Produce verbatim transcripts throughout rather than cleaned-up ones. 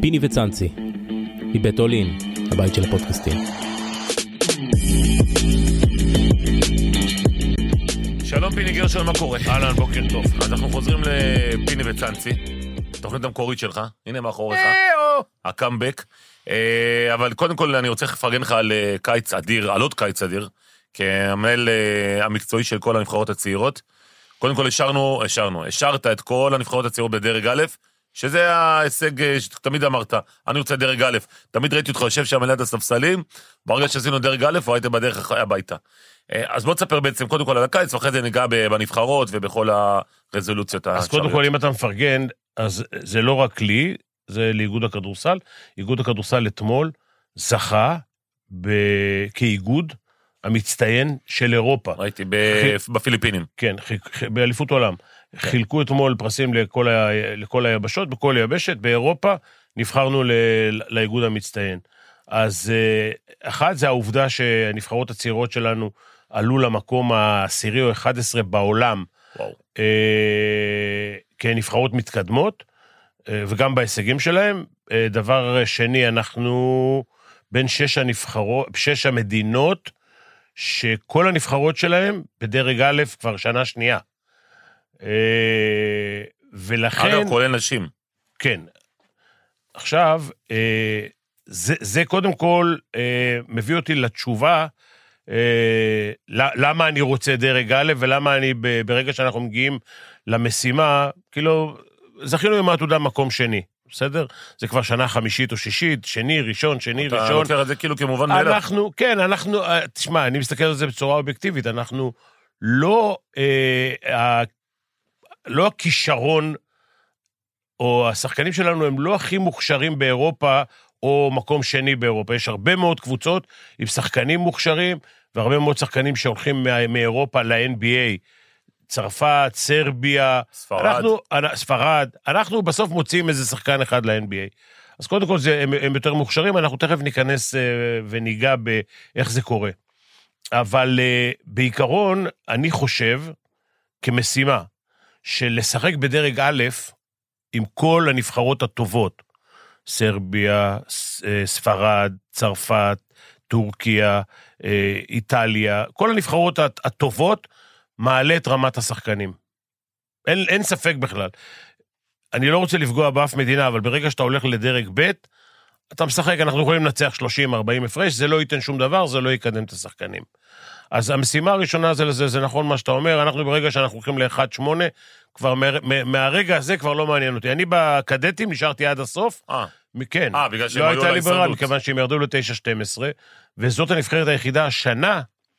פיני וצאנצי, מבית אולין, הבית של הפודקאסטים. שלום פיני גרשון, מה קורה? אהלן, בוקר טוב. אז אנחנו חוזרים לפיני וצאנצי, תוכנית המקורית שלך, הנה מאחוריך, הקאמבק. אבל קודם כל אני רוצה לפרגן לך על קיץ אדיר, על עוד קיץ אדיר, כמנהל המקצועי של כל הנבחרות הצעירות. קודם כל השארנו, השארנו, השארת את כל הנבחרות הצעירות בדרג א', שזה ההישג שתמיד אמרת, אני רוצה דרג א', תמיד ראיתי אותך יושב שם ליד הספסלים, ברגע שעשינו דרג א', והייתם בדרך הביתה. אז בוא תספר בעצם קודם כל על הקיץ, ואחרי זה ניגע בנבחרות ובכל הרזולוציות. אז קודם כל, אם אתה מפרגן, אז זה לא רק לי, זה לאיגוד הכדורסל. איגוד הכדורסל אתמול זכה כאיגוד המצטיין של אירופה. ראיתי, בפיליפינים. כן, באליפות עולם. חילקו אתמול פרסים לכל היבשות, בכל היבשת, באירופה נבחרנו לאיגוד המצטיין. אז אחד, זה העובדה שהנבחרות הצעירות שלנו עלו למקום העשירי או אחד עשר בעולם, כנבחרות מתקדמות, וגם בהישגים שלהם. דבר שני, אנחנו בין שש הנבחרות, שש המדינות, שכל הנבחרות שלהם בדרג א' כבר שנה שנייה. ולכן... אגב, כולל נשים. כן. עכשיו, זה, זה קודם כל מביא אותי לתשובה, למה אני רוצה דרג א' ולמה אני ברגע שאנחנו מגיעים למשימה, כאילו, זכינו עם העתודה מקום שני, בסדר? זה כבר שנה חמישית או שישית, שני, ראשון, שני, אתה ראשון. אתה לוקח את זה כאילו כמובן מאליו. אנחנו, כן, אנחנו, תשמע, אני מסתכל על זה בצורה אובייקטיבית, אנחנו לא, אה, לא הכישרון, או השחקנים שלנו הם לא הכי מוכשרים באירופה, או מקום שני באירופה. יש הרבה מאוד קבוצות עם שחקנים מוכשרים, והרבה מאוד שחקנים שהולכים מאירופה ל-אן בי איי, צרפת, סרביה, ספרד. אנחנו, ספרד, אנחנו בסוף מוצאים איזה שחקן אחד ל-אן בי איי. אז קודם כל זה, הם, הם יותר מוכשרים, אנחנו תכף ניכנס וניגע באיך זה קורה. אבל בעיקרון, אני חושב, כמשימה, של לשחק בדרג א' עם כל הנבחרות הטובות, סרביה, ספרד, צרפת, טורקיה, איטליה, כל הנבחרות הטובות, מעלה את רמת השחקנים. אין, אין ספק בכלל. אני לא רוצה לפגוע באף מדינה, אבל ברגע שאתה הולך לדרג ב', אתה משחק, אנחנו יכולים לנצח שלושים ארבעים הפרש, זה לא ייתן שום דבר, זה לא יקדם את השחקנים. אז המשימה הראשונה זה לזה, זה נכון מה שאתה אומר, אנחנו ברגע שאנחנו הולכים ל-אחת שמונה, כבר מהרגע הזה כבר לא מעניין אותי. אני בקדטים נשארתי עד הסוף, אה. כן, אה, בגלל שהם לא היו הייתה לי ברירה, להישרדות. מכיוון שהם ירדו ל-תשע שתים עשרה, וזאת הנבחרת היחידה השנה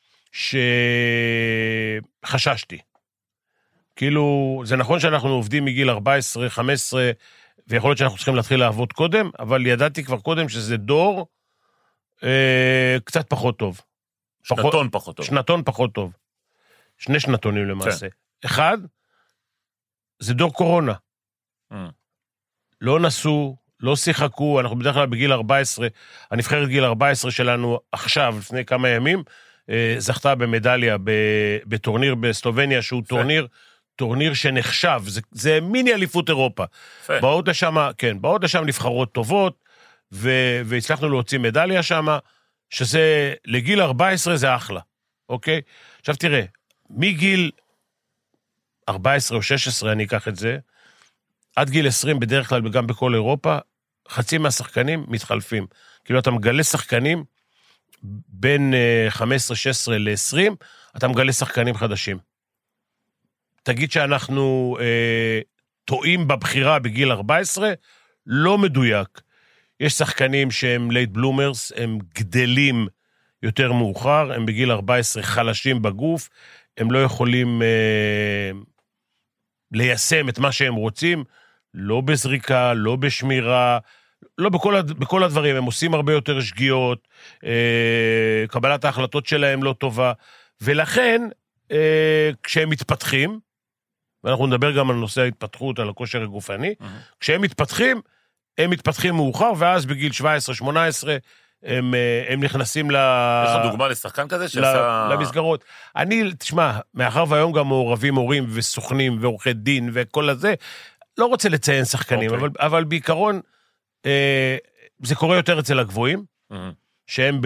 שחששתי. כאילו, זה נכון שאנחנו עובדים מגיל ארבע עשרה חמש עשרה, ויכול להיות שאנחנו צריכים להתחיל לעבוד קודם, אבל ידעתי כבר קודם שזה דור אה, קצת פחות טוב. שנתון פחות טוב. שנתון פחות טוב. שני שנתונים למעשה. כן. אחד, זה דור קורונה. Mm. לא נסו, לא שיחקו, אנחנו בדרך כלל בגיל ארבע עשרה, הנבחרת גיל ארבע עשרה שלנו עכשיו, לפני כמה ימים, זכתה במדליה בטורניר בסלובניה, שהוא טורניר, טורניר שנחשב, זה, זה מיני אליפות אירופה. באות לשם, כן, באות לשם נבחרות טובות, ו, והצלחנו להוציא מדליה שם, שזה לגיל ארבע עשרה זה אחלה, אוקיי? עכשיו תראה, מגיל ארבע עשרה או שש עשרה, אני אקח את זה, עד גיל עשרים בדרך כלל, וגם בכל אירופה, חצי מהשחקנים מתחלפים. כאילו אתה מגלה שחקנים, בין חמש עשרה שש עשרה ל-עשרים, אתה מגלה שחקנים חדשים. תגיד שאנחנו אה, טועים בבחירה בגיל ארבע עשרה, לא מדויק. יש שחקנים שהם לייט בלומרס, הם גדלים יותר מאוחר, הם בגיל ארבע עשרה חלשים בגוף, הם לא יכולים אה, ליישם את מה שהם רוצים, לא בזריקה, לא בשמירה, לא בכל, בכל הדברים, הם עושים הרבה יותר שגיאות, אה, קבלת ההחלטות שלהם לא טובה, ולכן, אה, כשהם מתפתחים, ואנחנו נדבר גם על נושא ההתפתחות, על הכושר הגופני, uh-huh. כשהם מתפתחים, הם מתפתחים מאוחר, ואז בגיל שבע עשרה שמונה עשרה, הם, הם נכנסים ל... יש לך דוגמה לשחקן כזה שעשה... למסגרות. אני, תשמע, מאחר והיום גם מעורבים הורים וסוכנים ועורכי דין וכל הזה, לא רוצה לציין שחקנים, okay. אבל, אבל בעיקרון, זה קורה יותר אצל הגבוהים, שהם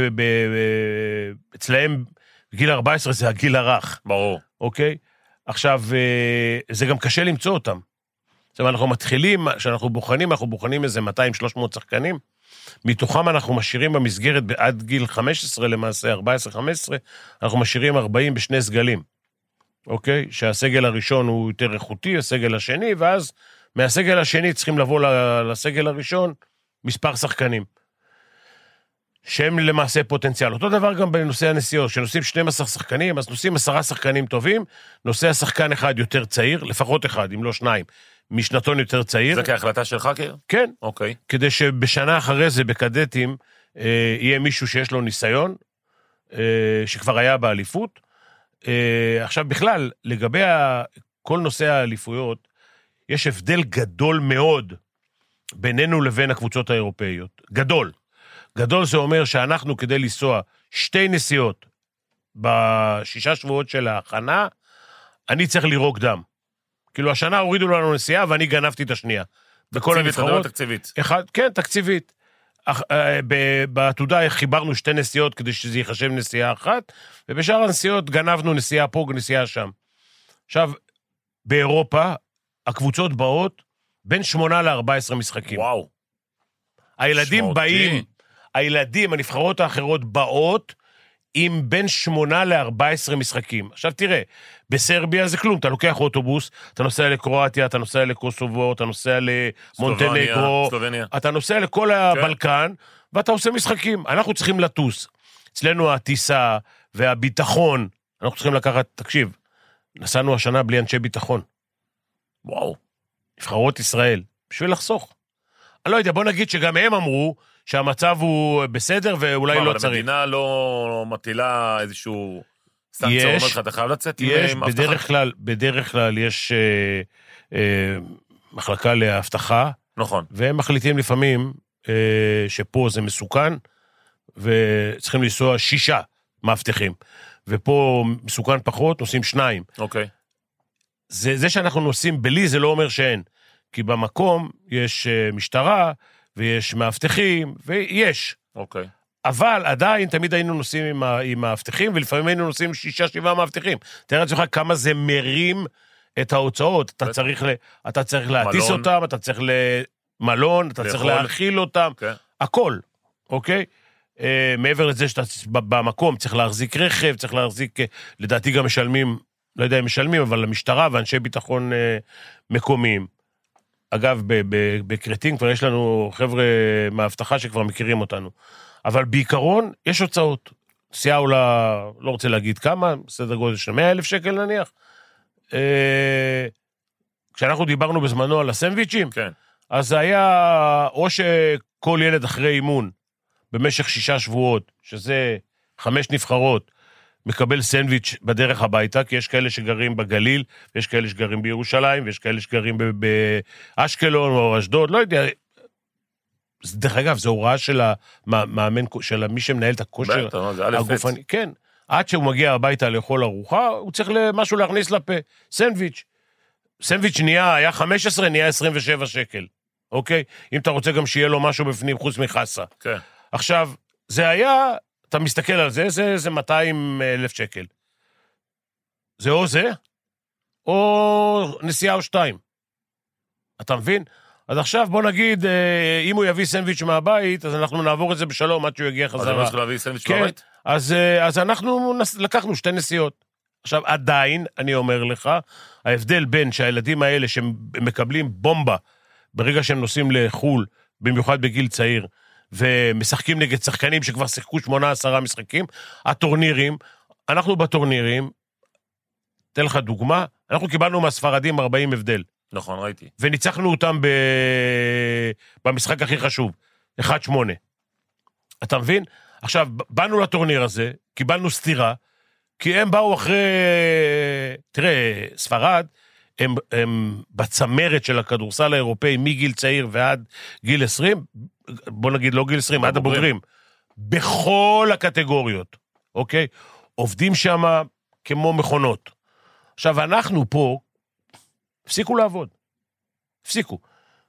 אצלהם גיל ארבע עשרה זה הגיל הרך. ברור. אוקיי? עכשיו, זה גם קשה למצוא אותם. עכשיו, אנחנו מתחילים, כשאנחנו בוחנים, אנחנו בוחנים איזה מאתיים שלוש מאות שחקנים, מתוכם אנחנו משאירים במסגרת, עד גיל חמש עשרה למעשה, ארבע עשרה חמש עשרה, אנחנו משאירים ארבעים בשני סגלים. אוקיי? שהסגל הראשון הוא יותר איכותי, הסגל השני, ואז מהסגל השני צריכים לבוא לסגל הראשון מספר שחקנים. שהם למעשה פוטנציאל. אותו דבר גם בנושא הנסיעות, שנוסעים שנים עשר שחקנים, אז נוסעים עשרה שחקנים טובים, נוסע שחקן אחד יותר צעיר, לפחות אחד, אם לא שניים, משנתון יותר צעיר. זה כהחלטה שלך, כאילו? כן. אוקיי. כדי שבשנה אחרי זה, בקדטים, אה, יהיה מישהו שיש לו ניסיון, אה, שכבר היה באליפות. אה, עכשיו, בכלל, לגבי ה... כל נושא האליפויות, יש הבדל גדול מאוד בינינו לבין הקבוצות האירופאיות. גדול. גדול זה אומר שאנחנו כדי לנסוע שתי נסיעות בשישה שבועות של ההכנה, אני צריך לירוק דם. כאילו השנה הורידו לנו נסיעה ואני גנבתי את השנייה. בכל הנבחרות. תקציבית. אחד, כן, תקציבית. בעתודה חיברנו שתי נסיעות כדי שזה ייחשב נסיעה אחת, ובשאר הנסיעות גנבנו נסיעה פה ונסיעה שם. עכשיו, באירופה, הקבוצות באות בין שמונה ל-ארבע עשרה משחקים. וואו. הילדים שמותי. באים, הילדים, הנבחרות האחרות באות, עם בין שמונה ל-ארבע עשרה משחקים. עכשיו תראה, בסרביה זה כלום, אתה לוקח אוטובוס, אתה נוסע לקרואטיה, אתה נוסע לקוסובו, אתה נוסע למונטנגרו, סלובניה. אתה נוסע לכל הבלקן, ואתה עושה משחקים. אנחנו צריכים לטוס. אצלנו הטיסה והביטחון, אנחנו צריכים לקחת, תקשיב, נסענו השנה בלי אנשי ביטחון. וואו. נבחרות ישראל, בשביל לחסוך. אני לא יודע, בוא נגיד שגם הם אמרו שהמצב הוא בסדר ואולי לא צריך. אבל המדינה לא מטילה איזשהו סנקציה, אומרת לך, אתה חייב לצאת יש, עם הבטחה? בדרך כלל, בדרך כלל יש אה, אה, מחלקה להבטחה, נכון. והם מחליטים לפעמים אה, שפה זה מסוכן, וצריכים לנסוע שישה מאבטחים, ופה מסוכן פחות, נוסעים שניים. אוקיי. זה, זה שאנחנו נוסעים בלי, זה לא אומר שאין. כי במקום יש אה, משטרה, ויש מאבטחים, ויש. אוקיי. אבל עדיין תמיד היינו נוסעים עם, ה, עם מאבטחים, ולפעמים היינו נוסעים שישה, שבעה מאבטחים. תראה לעצמך כמה זה מרים את ההוצאות. אתה צריך, ל, אתה צריך להטיס מלון. אותם, אתה צריך למלון, אתה צריך להאכיל אותם, כן. הכל, אוקיי? אה, מעבר לזה שאתה במקום צריך להחזיק רכב, צריך להחזיק, לדעתי גם משלמים, לא יודע אם משלמים, אבל למשטרה ואנשי ביטחון אה, מקומיים. אגב, בקרטין כבר יש לנו חבר'ה מההבטחה שכבר מכירים אותנו. אבל בעיקרון יש הוצאות. נסיעה עולה, לא רוצה להגיד כמה, סדר גודל של מאה אלף שקל נניח. כשאנחנו דיברנו בזמנו על הסנדוויצ'ים, כן. אז זה היה או שכל ילד אחרי אימון, במשך שישה שבועות, שזה חמש נבחרות, מקבל סנדוויץ' בדרך הביתה, כי יש כאלה שגרים בגליל, ויש כאלה שגרים בירושלים, ויש כאלה שגרים באשקלון או אשדוד, לא יודע. דרך אגב, זו הוראה של המאמן, של מי שמנהל את הכושר הגופני. כן, עד שהוא מגיע הביתה לאכול ארוחה, הוא צריך משהו להכניס לפה. סנדוויץ'. סנדוויץ' נהיה, היה חמש עשרה, נהיה עשרים ושבע שקל. אוקיי? אם אתה רוצה גם שיהיה לו משהו בפנים, חוץ מחסה. כן. עכשיו, זה היה... אתה מסתכל על זה, זה, זה מאתיים אלף שקל. זה או זה, או נסיעה או שתיים. אתה מבין? אז עכשיו בוא נגיד, אם הוא יביא סנדוויץ' מהבית, אז אנחנו נעבור את זה בשלום עד שהוא יגיע חזרה. אז אני צריך להביא סנדוויץ' כן, מהבית? אז, אז אנחנו לקחנו שתי נסיעות. עכשיו, עדיין, אני אומר לך, ההבדל בין שהילדים האלה שמקבלים בומבה, ברגע שהם נוסעים לחול, במיוחד בגיל צעיר, ומשחקים נגד שחקנים שכבר שיחקו שמונה עשרה משחקים, הטורנירים, אנחנו בטורנירים, אתן לך דוגמה, אנחנו קיבלנו מהספרדים ארבעים הבדל. נכון, ראיתי. וניצחנו אותם ב... במשחק הכי חשוב, אחד שמונה. אתה מבין? עכשיו, באנו לטורניר הזה, קיבלנו סתירה, כי הם באו אחרי... תראה, ספרד, הם, הם בצמרת של הכדורסל האירופאי, מגיל צעיר ועד גיל עשרים, בוא נגיד לא גיל עשרים, עד הבוגרים, בכל הקטגוריות, אוקיי? עובדים שם כמו מכונות. עכשיו, אנחנו פה, הפסיקו לעבוד. הפסיקו.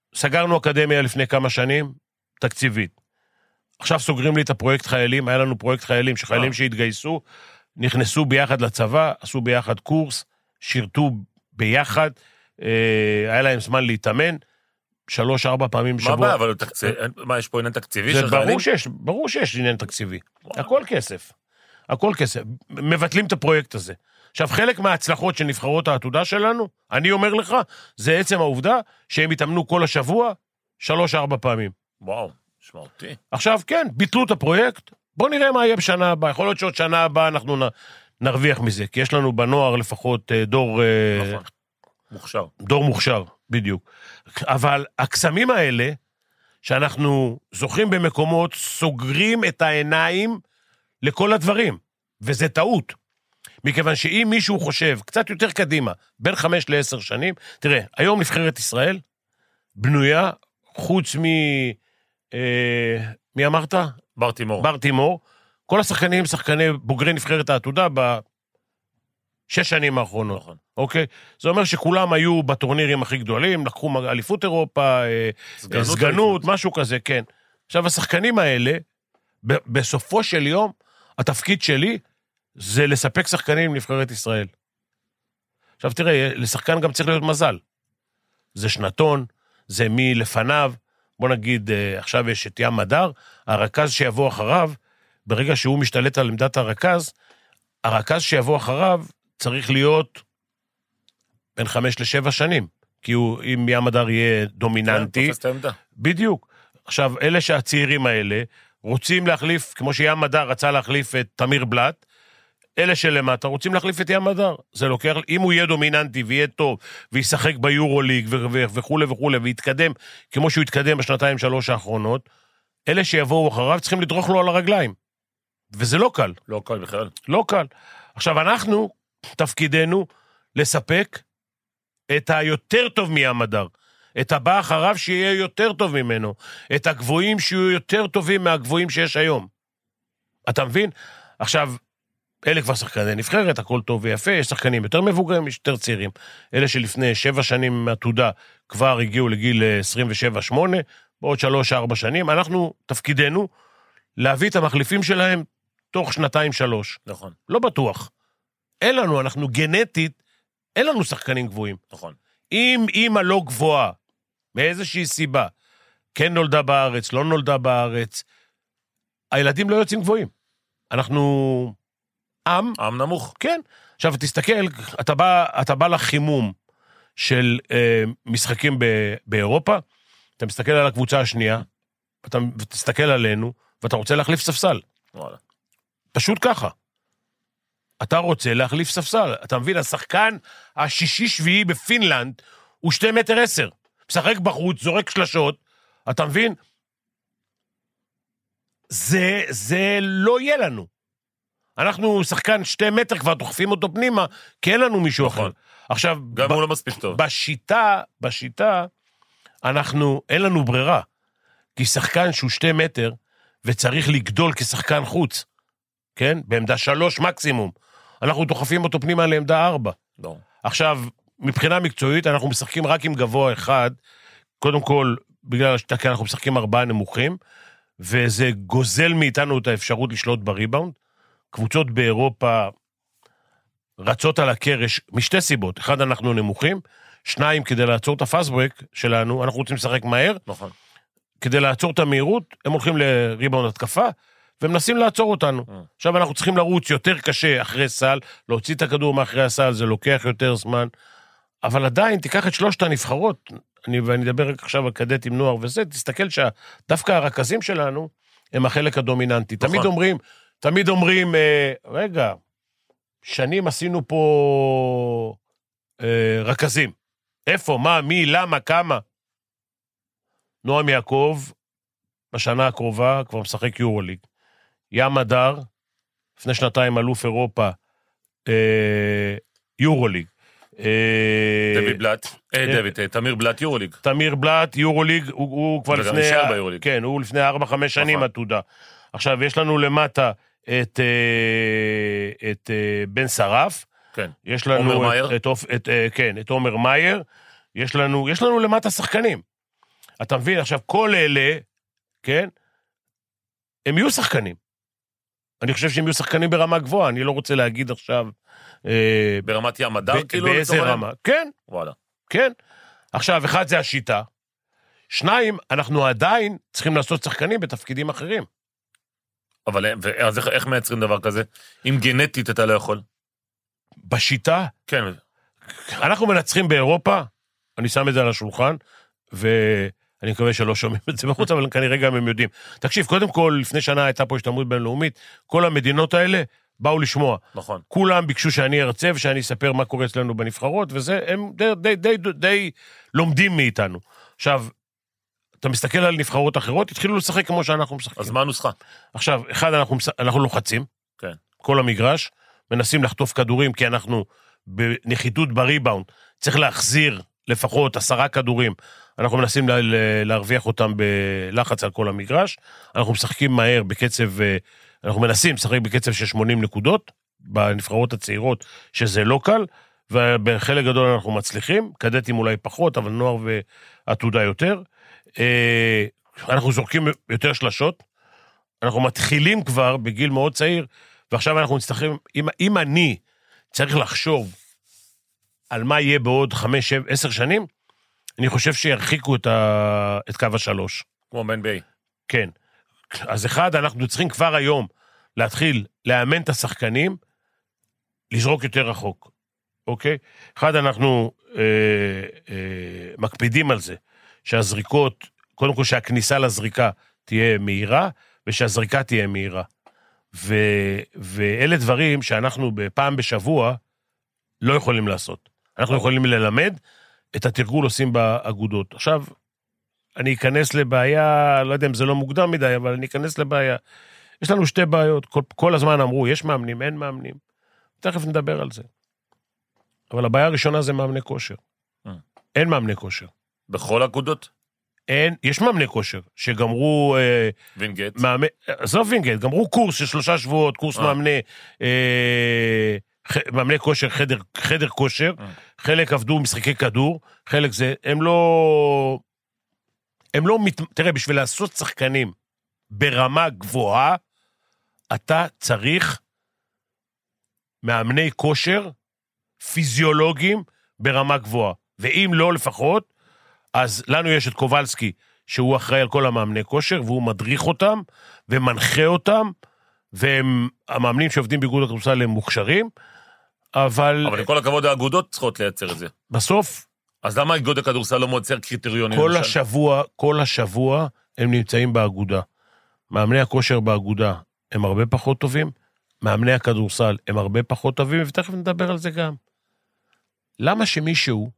סגרנו אקדמיה לפני כמה שנים, תקציבית. עכשיו סוגרים לי את הפרויקט חיילים, היה לנו פרויקט חיילים, שחיילים שהתגייסו, נכנסו ביחד לצבא, עשו ביחד קורס, שירתו ביחד, היה להם זמן להתאמן, שלוש, ארבע פעמים בשבוע. מה הבא, אבל תקציב, מה, יש פה עניין תקציבי של חיילים? ברור שיש, ברור שיש עניין תקציבי. הכל כסף. הכל כסף. מבטלים את הפרויקט הזה. עכשיו, חלק מההצלחות של נבחרות העתודה שלנו, אני אומר לך, זה עצם העובדה שהם התאמנו כל השבוע, שלוש, ארבע פעמים. וואו, משמעותי. עכשיו, כן, ביטלו את הפרויקט, בוא נראה מה יהיה בשנה הבאה. יכול להיות שעוד שנה הבאה אנחנו נרוויח מזה, כי יש לנו בנוער לפחות דור... נכון. מוכשר. דור מוכשר, בדיוק. אבל הקסמים האלה, שאנחנו זוכים במקומות, סוגרים את העיניים לכל הדברים, וזה טעות. מכיוון שאם מישהו חושב, קצת יותר קדימה, בין חמש לעשר שנים, תראה, היום נבחרת ישראל, בנויה, חוץ מ... אה, מי אמרת? בר תימור. בר תימור. כל השחקנים, שחקני בוגרי נבחרת העתודה, בשש שנים האחרונות. נכון. אוקיי? זה אומר שכולם היו בטורנירים הכי גדולים, לקחו אליפות אירופה, סגנות, סגנות משהו כזה, כן. עכשיו, השחקנים האלה, ב- בסופו של יום, התפקיד שלי, זה לספק שחקנים לנבחרת ישראל. עכשיו תראה, לשחקן גם צריך להיות מזל. זה שנתון, זה מי לפניו, בוא נגיד, עכשיו יש את ים מדר, הרכז שיבוא אחריו, ברגע שהוא משתלט על עמדת הרכז, הרכז שיבוא אחריו צריך להיות בין חמש לשבע שנים, כי הוא, אם ים מדר יהיה דומיננטי, תופס את העמדה. בדיוק. עכשיו, אלה שהצעירים האלה, רוצים להחליף, כמו שים מדר רצה להחליף את תמיר בלט, אלה שלמטה רוצים להחליף את ים מדר. זה לוקח, אם הוא יהיה דומיננטי ויהיה טוב, וישחק ביורוליג וכו' וכו', ויתקדם, כמו שהוא יתקדם בשנתיים שלוש האחרונות, אלה שיבואו אחריו צריכים לדרוך לו על הרגליים. וזה לא קל. לא קל בכלל. לא קל. עכשיו, אנחנו, תפקידנו, לספק את היותר טוב מים מדר. את הבא אחריו שיהיה יותר טוב ממנו. את הגבוהים שיהיו יותר טובים מהגבוהים שיש היום. אתה מבין? עכשיו, אלה כבר שחקני נבחרת, הכל טוב ויפה, יש שחקנים יותר מבוגרים, יש יותר צעירים. אלה שלפני שבע שנים מהתודה כבר הגיעו לגיל עשרים ושבע שמונה, בעוד שלוש ארבע שנים, אנחנו, תפקידנו, להביא את המחליפים שלהם תוך שנתיים שלוש. נכון. לא בטוח. אין לנו, אנחנו גנטית, אין לנו שחקנים גבוהים. נכון. אם אמא לא גבוהה, מאיזושהי סיבה, כן נולדה בארץ, לא נולדה בארץ, הילדים לא יוצאים גבוהים. אנחנו עם. עם נמוך. כן. עכשיו, תסתכל, אתה בא, אתה בא לחימום של אה, משחקים ב- באירופה, אתה מסתכל על הקבוצה השנייה, ואתה תסתכל עלינו, ואתה רוצה להחליף ספסל. וואלה. פשוט ככה. אתה רוצה להחליף ספסל. אתה מבין, השחקן השישי-שביעי בפינלנד, הוא שתי מטר עשר. משחק בחוץ, זורק שלשות. אתה מבין? זה, זה לא יהיה לנו. אנחנו שחקן שתי מטר, כבר דוחפים אותו פנימה, כי אין לנו מישהו אחר. עכשיו, גם ב- הוא לא מספיק טוב. בשיטה, בשיטה, אנחנו, אין לנו ברירה. כי שחקן שהוא שתי מטר, וצריך לגדול כשחקן חוץ, כן? בעמדה שלוש מקסימום. אנחנו דוחפים אותו פנימה לעמדה ארבע. לא. עכשיו, מבחינה מקצועית, אנחנו משחקים רק עם גבוה אחד, קודם כל, בגלל השיטה, כי אנחנו משחקים ארבעה נמוכים, וזה גוזל מאיתנו את האפשרות לשלוט בריבאונד. קבוצות באירופה רצות על הקרש משתי סיבות. אחד, אנחנו נמוכים, שניים, כדי לעצור את הפאסט-ברק שלנו, אנחנו רוצים לשחק מהר, נכון. כדי לעצור את המהירות, הם הולכים לריבאונד התקפה, ומנסים לעצור אותנו. Mm. עכשיו אנחנו צריכים לרוץ יותר קשה אחרי סל, להוציא את הכדור מאחרי הסל, זה לוקח יותר זמן, אבל עדיין תיקח את שלושת הנבחרות, אני, ואני אדבר רק עכשיו על קדט עם נוער וזה, תסתכל שדווקא הרכזים שלנו, הם החלק הדומיננטי. נכון. תמיד אומרים, תמיד אומרים, אה, רגע, שנים עשינו פה אה, רכזים. איפה, מה, מי, למה, כמה? נועם יעקב, בשנה הקרובה, כבר משחק יורוליג. ים מדר, לפני שנתיים אלוף אירופה, אה, יורוליג. אה, דוד בלט, אה, דוד, תמיר בלט יורוליג. תמיר בלט, יורוליג, הוא, הוא כבר לפני... נשאר ביורוליג. כן, הוא לפני ארבע חמש שנים עתודה. עכשיו, יש לנו למטה את, אה, את אה, בן שרף. כן. יש לנו עומר את, מאייר. את, את, את, כן, את עומר מאייר. יש לנו, יש לנו למטה שחקנים. אתה מבין, עכשיו, כל אלה, כן, הם יהיו שחקנים. אני חושב שהם יהיו שחקנים ברמה גבוהה, אני לא רוצה להגיד עכשיו... ברמת ים הדר, כאילו? באיזה רמה, כן. וואלה. כן. עכשיו, אחד זה השיטה. שניים, אנחנו עדיין צריכים לעשות שחקנים בתפקידים אחרים. אבל אז איך, איך מייצרים דבר כזה? אם גנטית אתה לא יכול? בשיטה? כן. אנחנו מנצחים באירופה, אני שם את זה על השולחן, ואני מקווה שלא שומעים את זה בחוץ, אבל כנראה גם הם יודעים. תקשיב, קודם כל, לפני שנה הייתה פה השתלמות בינלאומית, כל המדינות האלה באו לשמוע. נכון. כולם ביקשו שאני ארצה, ושאני אספר מה קורה אצלנו בנבחרות, וזה, הם די, די, די, די, די לומדים מאיתנו. עכשיו, אתה מסתכל על נבחרות אחרות, התחילו לשחק כמו שאנחנו משחקים. אז מה הנוסחה? עכשיו, אחד, אנחנו, אנחנו לוחצים, כן. כל המגרש, מנסים לחטוף כדורים, כי אנחנו בנחיתות בריבאונד, צריך להחזיר לפחות עשרה כדורים, אנחנו מנסים לה, להרוויח אותם בלחץ על כל המגרש, אנחנו משחקים מהר בקצב, אנחנו מנסים לשחק בקצב של שמונים נקודות, בנבחרות הצעירות, שזה לא קל, ובחלק גדול אנחנו מצליחים, קדטים אולי פחות, אבל נוער ועתודה יותר, אנחנו זורקים יותר שלשות, אנחנו מתחילים כבר בגיל מאוד צעיר, ועכשיו אנחנו נצטרכים, אם, אם אני צריך לחשוב על מה יהיה בעוד חמש, שבע, עשר שנים, אני חושב שירחיקו את, ה, את קו השלוש. כמו ב-אן בי איי. כן. אז אחד, אנחנו צריכים כבר היום להתחיל לאמן את השחקנים, לזרוק יותר רחוק. אוקיי? אחד, אנחנו אה, אה, מקפידים על זה, שהזריקות, קודם כל שהכניסה לזריקה תהיה מהירה, ושהזריקה תהיה מהירה. ו, ואלה דברים שאנחנו בפעם בשבוע לא יכולים לעשות. אנחנו יכולים ללמד, את התרגול עושים באגודות. עכשיו, אני אכנס לבעיה, לא יודע אם זה לא מוקדם מדי, אבל אני אכנס לבעיה. יש לנו שתי בעיות, כל, כל הזמן אמרו, יש מאמנים, אין מאמנים. תכף נדבר על זה. אבל הבעיה הראשונה זה מאמני כושר. אין מאמני כושר. בכל אגודות? אין, יש מאמני כושר, שגמרו... וינגט. מאמני, עזוב וינגט, גמרו קורס של שלושה שבועות, קורס אה. מאמני... אה, מאמני כושר, חדר, חדר כושר, אה. חלק עבדו משחקי כדור, חלק זה... הם לא... הם לא... מת, תראה, בשביל לעשות שחקנים ברמה גבוהה, אתה צריך מאמני כושר, פיזיולוגים ברמה גבוהה. ואם לא לפחות, אז לנו יש את קובלסקי, שהוא אחראי על כל המאמני כושר, והוא מדריך אותם, ומנחה אותם, והם, המאמנים שעובדים באיגוד הכדורסל הם מוכשרים, אבל... אבל עם כל הכבוד, האגודות צריכות לייצר את זה. בסוף... אז למה איגוד הכדורסל לא מייצר קריטריונים? כל השבוע, כל השבוע הם נמצאים באגודה. מאמני הכושר באגודה הם הרבה פחות טובים, מאמני הכדורסל הם הרבה פחות טובים, ותכף נדבר על זה גם. למה שמישהו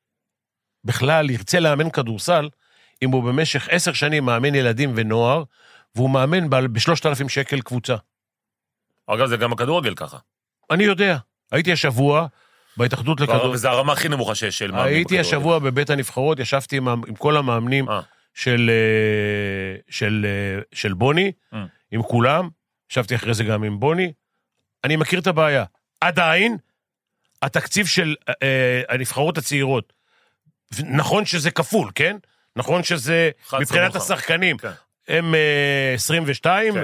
בכלל ירצה לאמן כדורסל, אם הוא במשך עשר שנים מאמן ילדים ונוער, והוא מאמן בשלושת אלפים שקל קבוצה? אגב, זה גם הכדורגל ככה. אני יודע. הייתי השבוע בהתאחדות לכדורגל. וזה הרמה הכי נמוכה שיש של מאמנים. הייתי השבוע בבית הנבחרות, ישבתי עם, עם כל המאמנים של, של, של בוני, עם כולם, ישבתי אחרי זה גם עם בוני, אני מכיר את הבעיה. עדיין, התקציב של הנבחרות הצעירות, נכון שזה כפול, כן? נכון שזה, מבחינת השחקנים, הם עשרים ושתיים,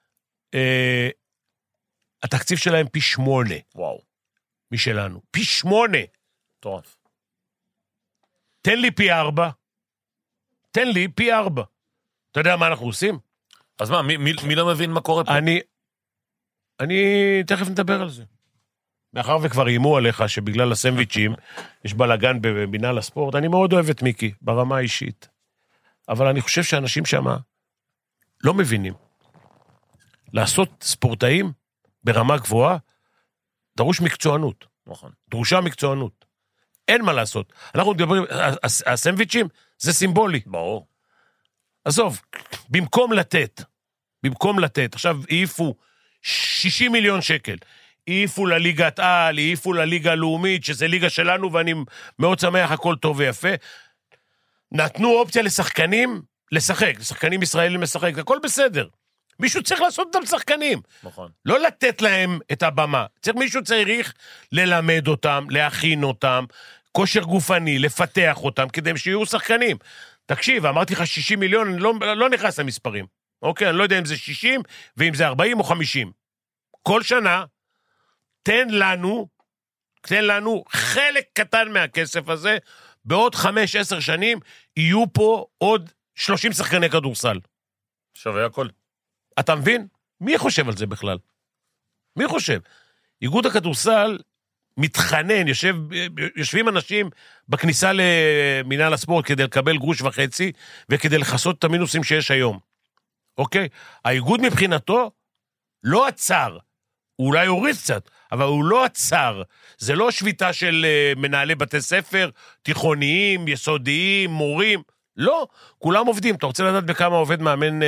התקציב שלהם פי שמונה. וואו. משלנו. פי שמונה. טוב. תן לי פי ארבע. תן לי פי ארבע. אתה יודע מה אנחנו עושים? אז מה, מי, מי, מי לא מבין מה קורה פה? אני, אני תכף נדבר על זה. מאחר וכבר אימו עליך שבגלל הסנדוויצ'ים יש בלגן במינהל הספורט, אני מאוד אוהב את מיקי, ברמה האישית. אבל אני חושב שאנשים שמה לא מבינים. לעשות ספורטאים ברמה גבוהה, דרוש מקצוענות. נכון. דרושה מקצוענות. אין מה לעשות. אנחנו מדברים, הסנדוויצ'ים זה סימבולי. ברור. עזוב, במקום לתת, במקום לתת, עכשיו העיפו שישים מיליון שקל, העיפו לליגת על, העיפו לליגה הלאומית, שזה ליגה שלנו, ואני מאוד שמח, הכל טוב ויפה. נתנו אופציה לשחקנים לשחק, לשחקנים ישראלים לשחק, הכל בסדר. מישהו צריך לעשות אותם שחקנים. נכון. לא לתת להם את הבמה. צריך, מישהו צריך ללמד אותם, להכין אותם, כושר גופני, לפתח אותם, כדי שיהיו שחקנים. תקשיב, אמרתי לך שישים מיליון, אני לא, לא נכנס למספרים. אוקיי, אני לא יודע אם זה שישים, ואם זה ארבעים או חמישים. כל שנה, תן לנו, תן לנו חלק קטן מהכסף הזה, בעוד חמש, עשר שנים, יהיו פה עוד שלושים שחקני כדורסל. שווה הכל. אתה מבין? מי חושב על זה בכלל? מי חושב? איגוד הכדורסל מתחנן, יושב, יושבים אנשים בכניסה למינהל הספורט כדי לקבל גרוש וחצי, וכדי לחסות את המינוסים שיש היום. אוקיי? האיגוד מבחינתו לא עצר, הוא אולי הוריד קצת, אבל הוא לא עצר. זה לא שביתה של uh, מנהלי בתי ספר, תיכוניים, יסודיים, מורים. לא, כולם עובדים. אתה רוצה לדעת בכמה עובד מאמן uh,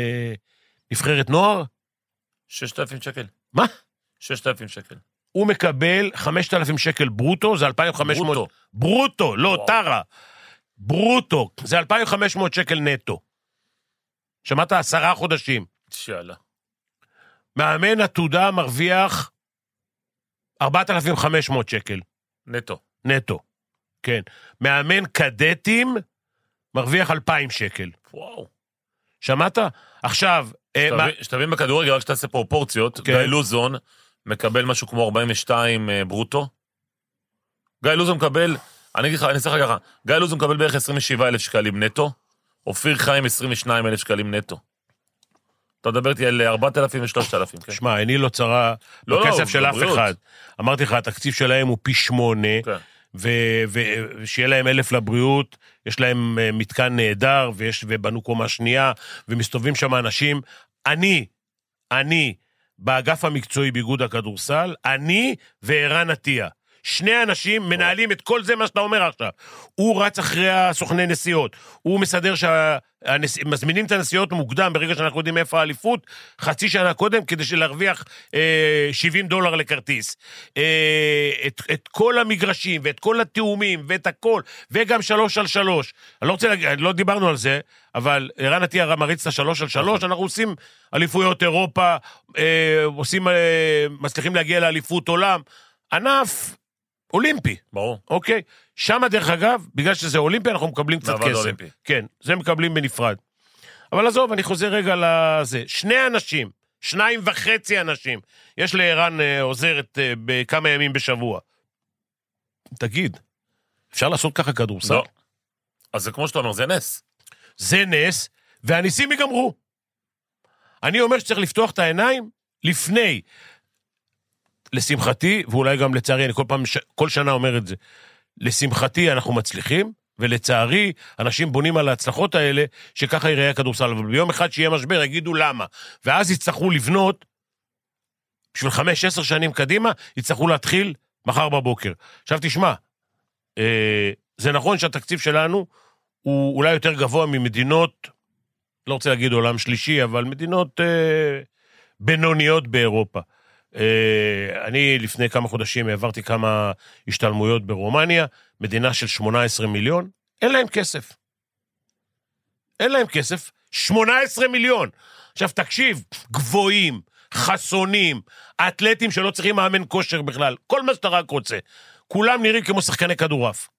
נבחרת נוער? ששת אלפים שקל. מה? ששת אלפים שקל. הוא מקבל חמשת אלפים שקל ברוטו, זה אלפיים וחמש מאות... ברוטו. ברוטו, לא, וואו. טרה. ברוטו, זה אלפיים וחמש מאות שקל נטו. שמעת עשרה חודשים. שאלה. מאמן עתודה מרוויח ארבעת אלפים וחמש מאות שקל. נטו. נטו, כן. מאמן קדטים מרוויח אלפיים שקל. וואו. שמעת? עכשיו... אה, מה... שתבין בכדורגל, רק שתעשה פרופורציות, כן. גיא לוזון מקבל משהו כמו ארבעים ושתיים ברוטו. גיא לוזון מקבל, אני אגיד לך, אני אצטרך ככה, גיא לוזון מקבל בערך עשרים ושבעה אלף שקלים נטו, אופיר חיים עשרים ושניים אלף שקלים נטו. אתה מדבר איתי על ארבעת אלפים ושלושת אלפים, כן? שמע, אני לא צרה לא, בכסף לא, של אף בבריאות. אחד. אמרתי לך, התקציב שלהם הוא פי שמונה, כן. ושיהיה להם אלף לבריאות, יש להם מתקן נהדר, ויש, ובנו קומה שנייה, ומסתובבים שם אנשים. אני, אני, באגף המקצועי באיגוד הכדורסל, אני וערן עטיה. שני אנשים מנהלים את כל זה מה שאתה אומר עכשיו. הוא רץ אחרי הסוכני נסיעות, הוא מסדר שמזמינים את הנסיעות מוקדם, ברגע שאנחנו יודעים איפה האליפות, חצי שנה קודם, כדי להרוויח אה, שבעים דולר לכרטיס. אה, את, את כל המגרשים, ואת כל התאומים, ואת הכל, וגם שלוש על שלוש. אני לא רוצה להגיד, לא דיברנו על זה, אבל ערן עטיה מריץ את השלוש על שלוש, אנחנו עושים אליפויות אירופה, אה, עושים, אה, מצליחים להגיע לאליפות עולם, ענף אולימפי. ברור. אוקיי? שם דרך אגב, בגלל שזה אולימפי, אנחנו מקבלים קצת כסף. אולימפי. כן, זה מקבלים בנפרד. אבל עזוב, אני חוזר רגע לזה. שני אנשים, שניים וחצי אנשים, יש לערן אה, עוזרת אה, בכמה ימים בשבוע. תגיד, אפשר לעשות ככה כדורסל? לא. אז זה כמו שאתה אומר, זה נס. זה נס, והניסים ייגמרו. אני אומר שצריך לפתוח את העיניים לפני. לשמחתי, ואולי גם לצערי, אני כל פעם, כל שנה אומר את זה, לשמחתי אנחנו מצליחים, ולצערי, אנשים בונים על ההצלחות האלה, שככה יראה הכדורסל, אבל ביום אחד שיהיה משבר, יגידו למה, ואז יצטרכו לבנות, בשביל חמש, עשר שנים קדימה, יצטרכו להתחיל מחר בבוקר. עכשיו תשמע, אה, זה נכון שהתקציב שלנו, הוא אולי יותר גבוה ממדינות, לא רוצה להגיד עולם שלישי, אבל מדינות אה, בינוניות באירופה. אני לפני כמה חודשים העברתי כמה השתלמויות ברומניה, מדינה של שמונה עשרה מיליון, אין להם כסף. אין להם כסף, שמונה עשרה מיליון. עכשיו תקשיב, גבוהים, חסונים, אתלטים שלא צריכים מאמן כושר בכלל, כל מה שאתה רק רוצה. כולם נראים כמו שחקני כדורף.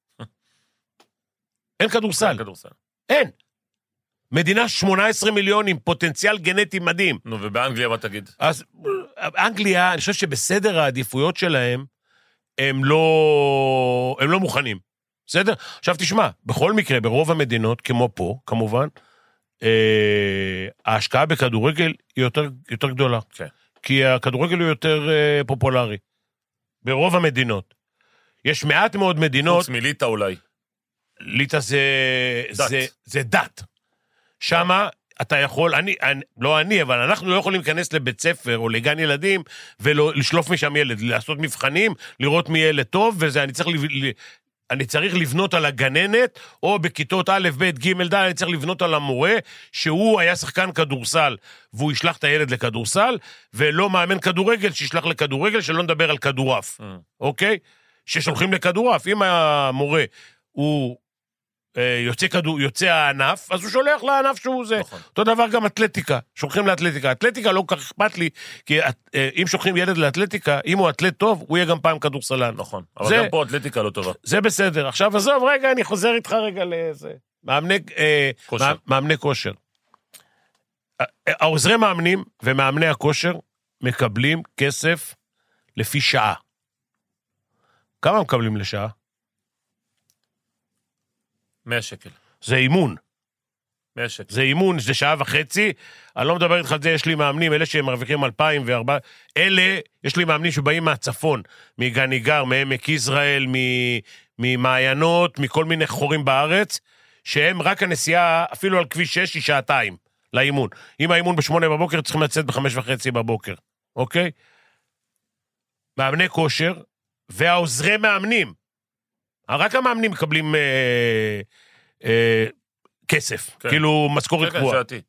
אין כדורסל. אין כדורסל. אין. מדינה שמונה עשרה מיליון עם פוטנציאל גנטי מדהים. נו, ובאנגליה מה תגיד? אז אנגליה, אני חושב שבסדר העדיפויות שלהם, הם לא, הם לא מוכנים. בסדר? עכשיו תשמע, בכל מקרה, ברוב המדינות, כמו פה, כמובן, אה, ההשקעה בכדורגל היא יותר, יותר גדולה. כן. כי הכדורגל הוא יותר אה, פופולרי. ברוב המדינות. יש מעט מאוד מדינות... חוץ מליטה אולי. ליטה זה... דת. זה, זה דת. שמה אתה יכול, אני, אני, לא אני, אבל אנחנו לא יכולים להיכנס לבית ספר או לגן ילדים ולשלוף משם ילד, לעשות מבחנים, לראות מי ילד טוב, וזה אני צריך, אני צריך לבנות על הגננת, או בכיתות א', ב', ג', ד', אני צריך לבנות על המורה, שהוא היה שחקן כדורסל, והוא ישלח את הילד לכדורסל, ולא מאמן כדורגל, שישלח לכדורגל, שלא נדבר על כדורף, אוקיי? ששולחים לכדורף, אם המורה הוא... יוצא כדור, יוצא הענף, אז הוא שולח לענף שהוא זה. נכון. אותו דבר גם אתלטיקה, שולחים לאתלטיקה. אתלטיקה לא כך אכפת לי, כי אם שולחים ילד לאתלטיקה, אם הוא אתלט טוב, הוא יהיה גם פעם כדורסלן. נכון, אבל זה, גם פה אתלטיקה לא טובה. זה בסדר. עכשיו עזוב, רגע, אני חוזר איתך רגע לזה. מאמני, אה, כושר. מאמני כושר. העוזרי מאמנים ומאמני הכושר מקבלים כסף לפי שעה. כמה מקבלים לשעה? מאה שקל. זה אימון. מאה שקל. זה אימון, זה שעה וחצי. אני לא מדבר איתך על זה, יש לי מאמנים, אלה שהם מרוויחים אלפיים וארבע, אלה, יש לי מאמנים שבאים מהצפון, מגניגר, מעמק יזרעאל, ממעיינות, מכל מיני חורים בארץ, שהם רק הנסיעה, אפילו על כביש שש, היא שעתיים לאימון. אם האימון בשמונה בבוקר, צריכים לצאת בחמש וחצי בבוקר, אוקיי? מאמני כושר, והעוזרי מאמנים. רק המאמנים מקבלים אה, אה, כסף, כן. כאילו משכורת קבועה. כן,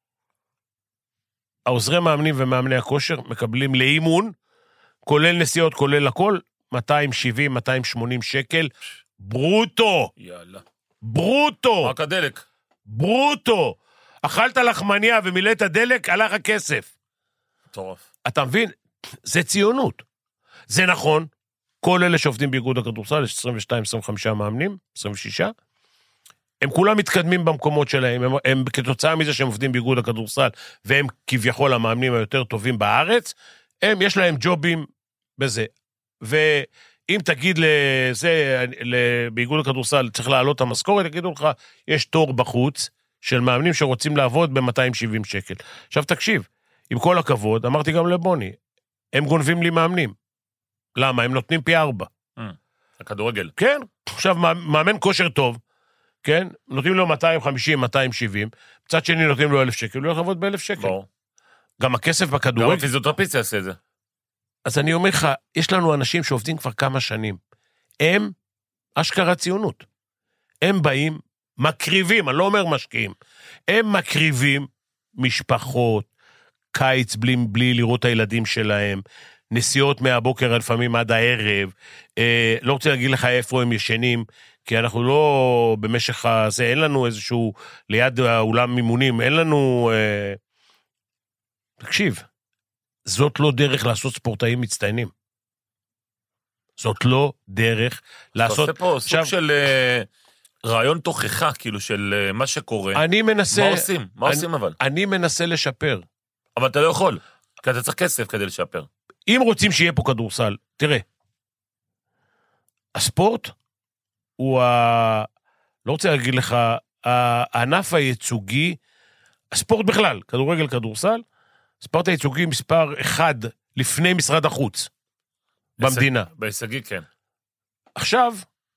העוזרי מאמנים ומאמני הכושר מקבלים לאימון, כולל נסיעות, כולל הכל, מאתיים שבעים מאתיים שמונים שקל, ברוטו. יאללה. ברוטו. רק הדלק. ברוטו. אכלת לחמניה ומילאת דלק, הלך הכסף. טורף. אתה מבין? זה ציונות. זה נכון. כל אלה שעובדים באיגוד הכדורסל, יש עשרים ושתיים עשרים וחמישה מאמנים, עשרים ושש, הם כולם מתקדמים במקומות שלהם, הם, הם כתוצאה מזה שהם עובדים באיגוד הכדורסל, והם כביכול המאמנים היותר טובים בארץ, הם, יש להם ג'ובים בזה. ואם תגיד לזה, באיגוד הכדורסל צריך לעלות המשכורת, תגידו לך, יש תור בחוץ של מאמנים שרוצים לעבוד ב-מאתיים שבעים שקל. עכשיו תקשיב, עם כל הכבוד, אמרתי גם לבוני, הם גונבים לי מאמנים. למה? הם נותנים פי ארבע. הכדורגל. כן, עכשיו מאמן כושר טוב, כן, נותנים לו מאתיים חמישים מאתיים שבעים, מצד שני נותנים לו אלף שקל, הוא הולך לעבוד באלף שקל. ברור. גם הכסף בכדורגל. גם הפיזיותרפיסט יעשה את זה. אז אני אומר לך, יש לנו אנשים שעובדים כבר כמה שנים, הם אשכרה ציונות. הם באים, מקריבים, אני לא אומר משקיעים, הם מקריבים משפחות, קיץ בלי, בלי לראות את הילדים שלהם, נסיעות מהבוקר לפעמים עד הערב, אה, לא רוצה להגיד לך איפה הם ישנים, כי אנחנו לא במשך הזה, אין לנו איזשהו, ליד האולם מימונים, אין לנו, אה, תקשיב, זאת לא דרך לעשות ספורטאים מצטיינים. זאת לא דרך לעשות... אתה עושה פה סוג של אה, רעיון תוכחה, כאילו של אה, מה שקורה. אני מנסה... מה עושים? מה אני, עושים אבל? אני מנסה לשפר. אבל אתה לא יכול, כי אתה צריך כסף כדי לשפר. אם רוצים שיהיה פה כדורסל, תראה, הספורט הוא ה... לא רוצה להגיד לך, הענף הייצוגי, הספורט בכלל, כדורגל, כדורסל, הספורט הייצוגי מספר אחד לפני משרד החוץ, במדינה. בהישגי, כן. עכשיו,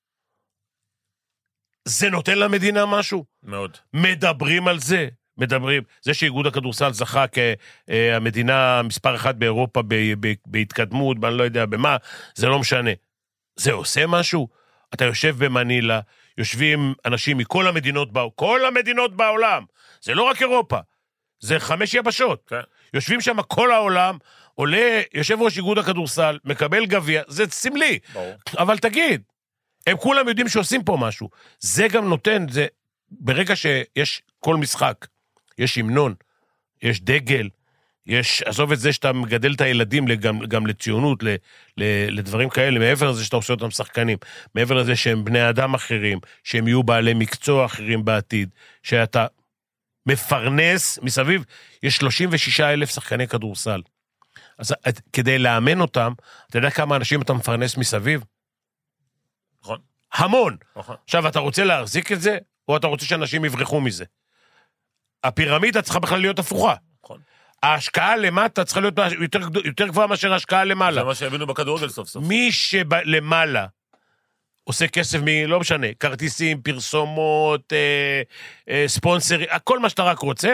זה נותן למדינה משהו? מאוד. מדברים על זה. מדברים, זה שאיגוד הכדורסל זכה כהמדינה מספר אחת באירופה בהתקדמות, אני לא יודע במה, זה לא משנה. זה עושה משהו? אתה יושב במנילה, יושבים אנשים מכל המדינות, כל המדינות בעולם, זה לא רק אירופה, זה חמש יבשות. Okay. יושבים שם כל העולם, עולה יושב ראש איגוד הכדורסל, מקבל גביע, זה סמלי. ברור. אבל תגיד, הם כולם יודעים שעושים פה משהו. זה גם נותן, זה, ברגע שיש כל משחק, יש המנון, יש דגל, יש, עזוב את זה שאתה מגדל את הילדים גם, גם לציונות, ל, ל, לדברים כאלה, מעבר לזה שאתה עושה אותם שחקנים, מעבר לזה שהם בני אדם אחרים, שהם יהיו בעלי מקצוע אחרים בעתיד, שאתה מפרנס, מסביב, יש שלושים ושישה אלף שחקני כדורסל. אז כדי לאמן אותם, אתה יודע כמה אנשים אתה מפרנס מסביב? נכון. המון. נכון. עכשיו, אתה רוצה להחזיק את זה, או אתה רוצה שאנשים יברחו מזה? הפירמידה צריכה בכלל להיות הפוכה. נכון. ההשקעה למטה צריכה להיות יותר, יותר גבוהה מאשר ההשקעה למעלה. זה מה שהבינו בכדורגל סוף סוף. מי שלמעלה עושה כסף מ... לא משנה, כרטיסים, פרסומות, אה, אה, ספונסרים, כל מה שאתה רק רוצה,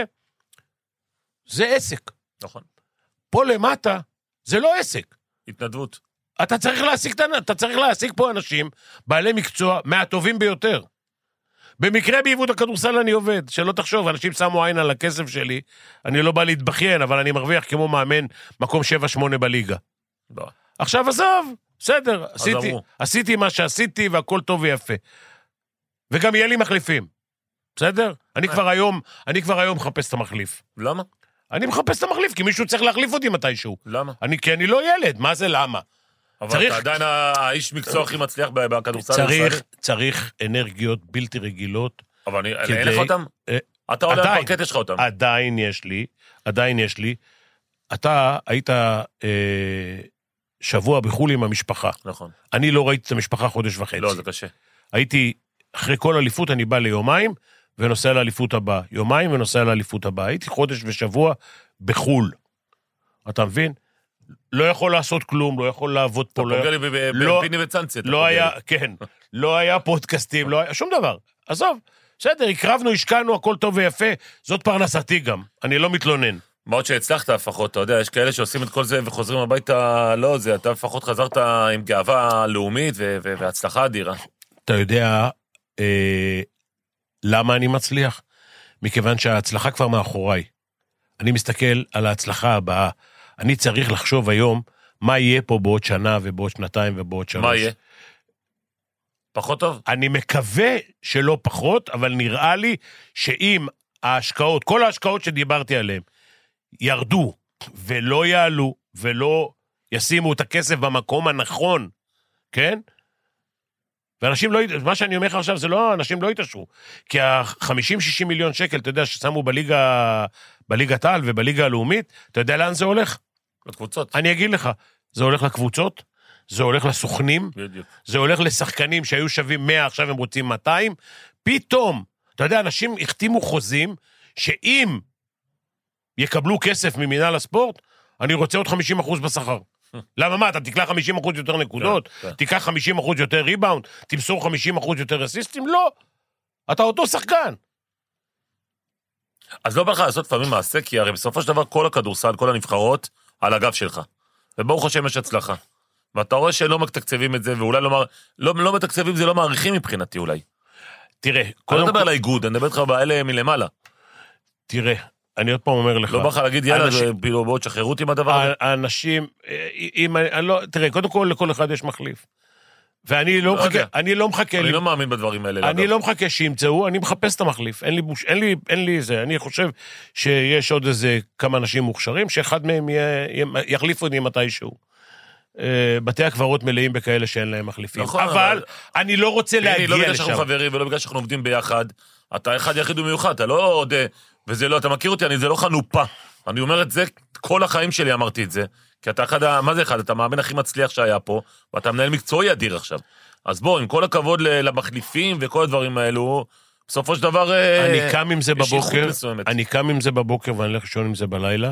זה עסק. נכון. פה למטה, זה לא עסק. התנדבות. אתה צריך להשיג, אתה צריך להשיג פה אנשים, בעלי מקצוע, מהטובים ביותר. במקרה באיגוד הכדורסל אני עובד, שלא תחשוב, אנשים שמו עין על הכסף שלי, אני לא בא להתבכיין, אבל אני מרוויח כמו מאמן מקום שבע שמונה בליגה. לא. עכשיו עזוב, בסדר, עשיתי, עשיתי מה שעשיתי והכל טוב ויפה. וגם יהיה לי מחליפים, בסדר? אני כבר היום, אני כבר היום מחפש את המחליף. למה? אני מחפש את המחליף, כי מישהו צריך להחליף אותי מתישהו. למה? אני, כי אני לא ילד, מה זה למה? אבל צריך... אתה עדיין האיש מקצוע הכי מצליח בכדורסל. צריך, צריך אנרגיות בלתי רגילות אבל אני, כדי... אין לך אותם? אתה עולה על פרקט, יש לך אותם. עדיין יש לי, עדיין יש לי. אתה היית אה, שבוע בחול עם המשפחה. נכון. אני לא ראיתי את המשפחה חודש וחצי. לא, זה קשה. הייתי, אחרי כל אליפות, אני בא ליומיים, ונוסע לאליפות הבאה. יומיים ונוסע לאליפות הבאה. הייתי חודש ושבוע בחול. אתה מבין? לא יכול לעשות כלום, לא יכול לעבוד פה. אתה פוגע לי בפיני וצנצי. לא היה, כן, לא היה פודקאסטים, לא היה, שום דבר. עזוב, בסדר, הקרבנו, השקענו, הכל טוב ויפה, זאת פרנסתי גם, אני לא מתלונן. מה עוד שהצלחת לפחות, אתה יודע, יש כאלה שעושים את כל זה וחוזרים הביתה, לא זה, אתה לפחות חזרת עם גאווה לאומית והצלחה אדירה. אתה יודע אה, למה אני מצליח? מכיוון שההצלחה כבר מאחוריי. אני מסתכל על ההצלחה הבאה. אני צריך לחשוב היום מה יהיה פה בעוד שנה ובעוד שנתיים ובעוד שלוש. מה יהיה? פחות טוב? אני מקווה שלא פחות, אבל נראה לי שאם ההשקעות, כל ההשקעות שדיברתי עליהן, ירדו ולא יעלו ולא ישימו את הכסף במקום הנכון, כן? ואנשים לא, מה שאני אומר לך עכשיו זה לא, אנשים לא יתעשרו, כי ה-חמישים שישים מיליון שקל, אתה יודע, ששמו בליגה, בליגת העל ובליגה הלאומית, אתה יודע לאן זה הולך? לקבוצות. אני אגיד לך, זה הולך לקבוצות, זה הולך לסוכנים, בדיוק. זה הולך לשחקנים שהיו שווים מאה, עכשיו הם רוצים מאתיים, פתאום, אתה יודע, אנשים החתימו חוזים, שאם יקבלו כסף ממינהל הספורט, אני רוצה עוד חמישים אחוז בשכר. למה מה, אתה תקלע חמישים אחוז יותר נקודות, כן, כן. תיקח חמישים אחוז יותר ריבאונד, תמסור חמישים אחוז יותר אסיסטים? לא. אתה אותו שחקן. אז לא בא לך לעשות פעמים מעשה, כי הרי בסופו של דבר כל הכדורסל, כל הנבחרות, על הגב שלך. וברוך השם יש הצלחה. ואתה רואה שלא מתקצבים את זה, ואולי לא, לא, לא מתקצבים, זה לא מעריכים מבחינתי אולי. תראה, אני לא מדבר על האיגוד, אני מדבר איתך באלה מלמעלה. תראה, אני עוד פעם אומר לך. לא בא לך להגיד, יאללה, בואו תשחררו אותי עם הדבר הזה. האנשים, אם אני לא, תראה, קודם כל לכל אחד יש מחליף. ואני לא מחכה, אני לא מחכה. אני לא מאמין בדברים האלה. אני לא מחכה שימצאו, אני מחפש את המחליף. אין לי בוש, אין לי, אין לי זה. אני חושב שיש עוד איזה כמה אנשים מוכשרים, שאחד מהם יחליף אותי מתישהו. בתי הקברות מלאים בכאלה שאין להם מחליפים. אבל אני לא רוצה להגיע לשם. לא בגלל שאנחנו חברים ולא בגלל שאנחנו עובדים ביחד. אתה אחד יחיד ומיוחד, אתה לא עוד... וזה לא, אתה מכיר אותי, אני, זה לא חנופה. אני אומר את זה, כל החיים שלי אמרתי את זה, כי אתה אחד, מה זה אחד? אתה מאמן הכי מצליח שהיה פה, ואתה מנהל מקצועי אדיר עכשיו. אז בוא, עם כל הכבוד למחליפים וכל הדברים האלו, בסופו של דבר... אני קם עם זה בבוקר, אני קם עם זה בבוקר ואני הולך לישון עם זה בלילה,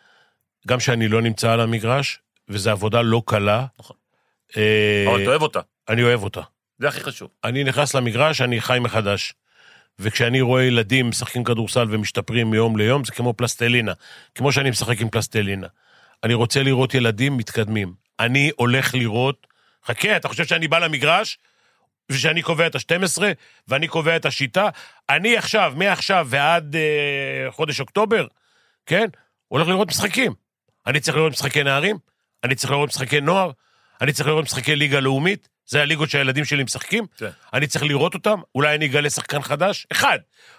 גם שאני לא נמצא על המגרש, וזו עבודה לא קלה. נכון. אבל אתה אוהב אותה. אני אוהב אותה. זה הכי חשוב. אני נכנס למגרש, אני חי מחדש. וכשאני רואה ילדים משחקים כדורסל ומשתפרים מיום ליום, זה כמו פלסטלינה. כמו שאני משחק עם פלסטלינה. אני רוצה לראות ילדים מתקדמים. אני הולך לראות, חכה, אתה חושב שאני בא למגרש, ושאני קובע את ה-שתים עשרה, ואני קובע את השיטה, אני עכשיו, מעכשיו ועד אה, חודש אוקטובר, כן? הולך לראות משחקים. אני צריך לראות משחקי נערים, אני צריך לראות משחקי נוער, אני צריך לראות משחקי ליגה לאומית, זה הליגות שהילדים שלי משחקים, כן. אני צריך לראות אותם, אולי אני אגלה שחקן חדש, אחד,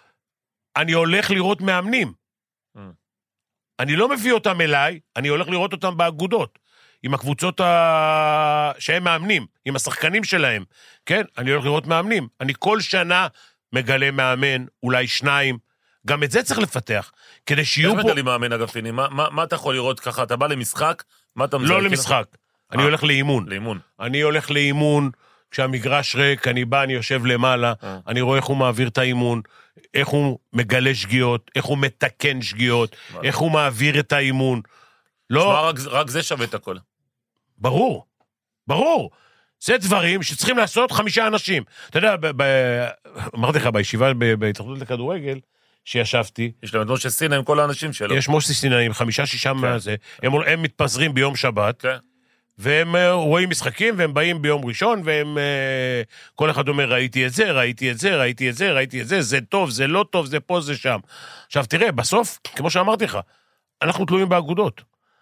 אני הולך לראות מאמנים, Mm. אני לא מביא אותם אליי, אני הולך לראות אותם באגודות, עם הקבוצות ה... שהם מאמנים, עם השחקנים שלהם, כן? אני הולך לראות מאמנים, אני כל שנה מגלה מאמן, אולי שניים, גם את זה צריך לפתח, כדי שיהיו פה... איך מגלים מאמן אגב, פיני? מה, מה, מה אתה יכול לראות ככה? אתה בא למשחק? מה אתה לא למשחק, אני הולך לאימון. לאימון. אני הולך לאימון, כשהמגרש ריק, אני בא, אני יושב למעלה, אני רואה איך הוא מעביר את האימון, איך הוא מגלה שגיאות, איך הוא מתקן שגיאות, איך הוא מעביר את האימון. לא... רק זה שווה את הכל. ברור, ברור. זה דברים שצריכים לעשות חמישה אנשים. אתה יודע, אמרתי לך, בישיבה בהתאחדות לכדורגל, שישבתי. יש להם את משה סינה עם כל האנשים שלו. יש משה סינה עם חמישה, שישה מהזה. הם מתפזרים ביום שבת. כן. והם רואים משחקים, והם באים ביום ראשון, והם, כל אחד אומר, ראיתי את זה, ראיתי את זה, ראיתי את זה, ראיתי את זה, זה טוב, זה לא טוב, זה פה, זה שם. עכשיו, תראה, בסוף, כמו שאמרתי לך, אנחנו תלויים באגודות.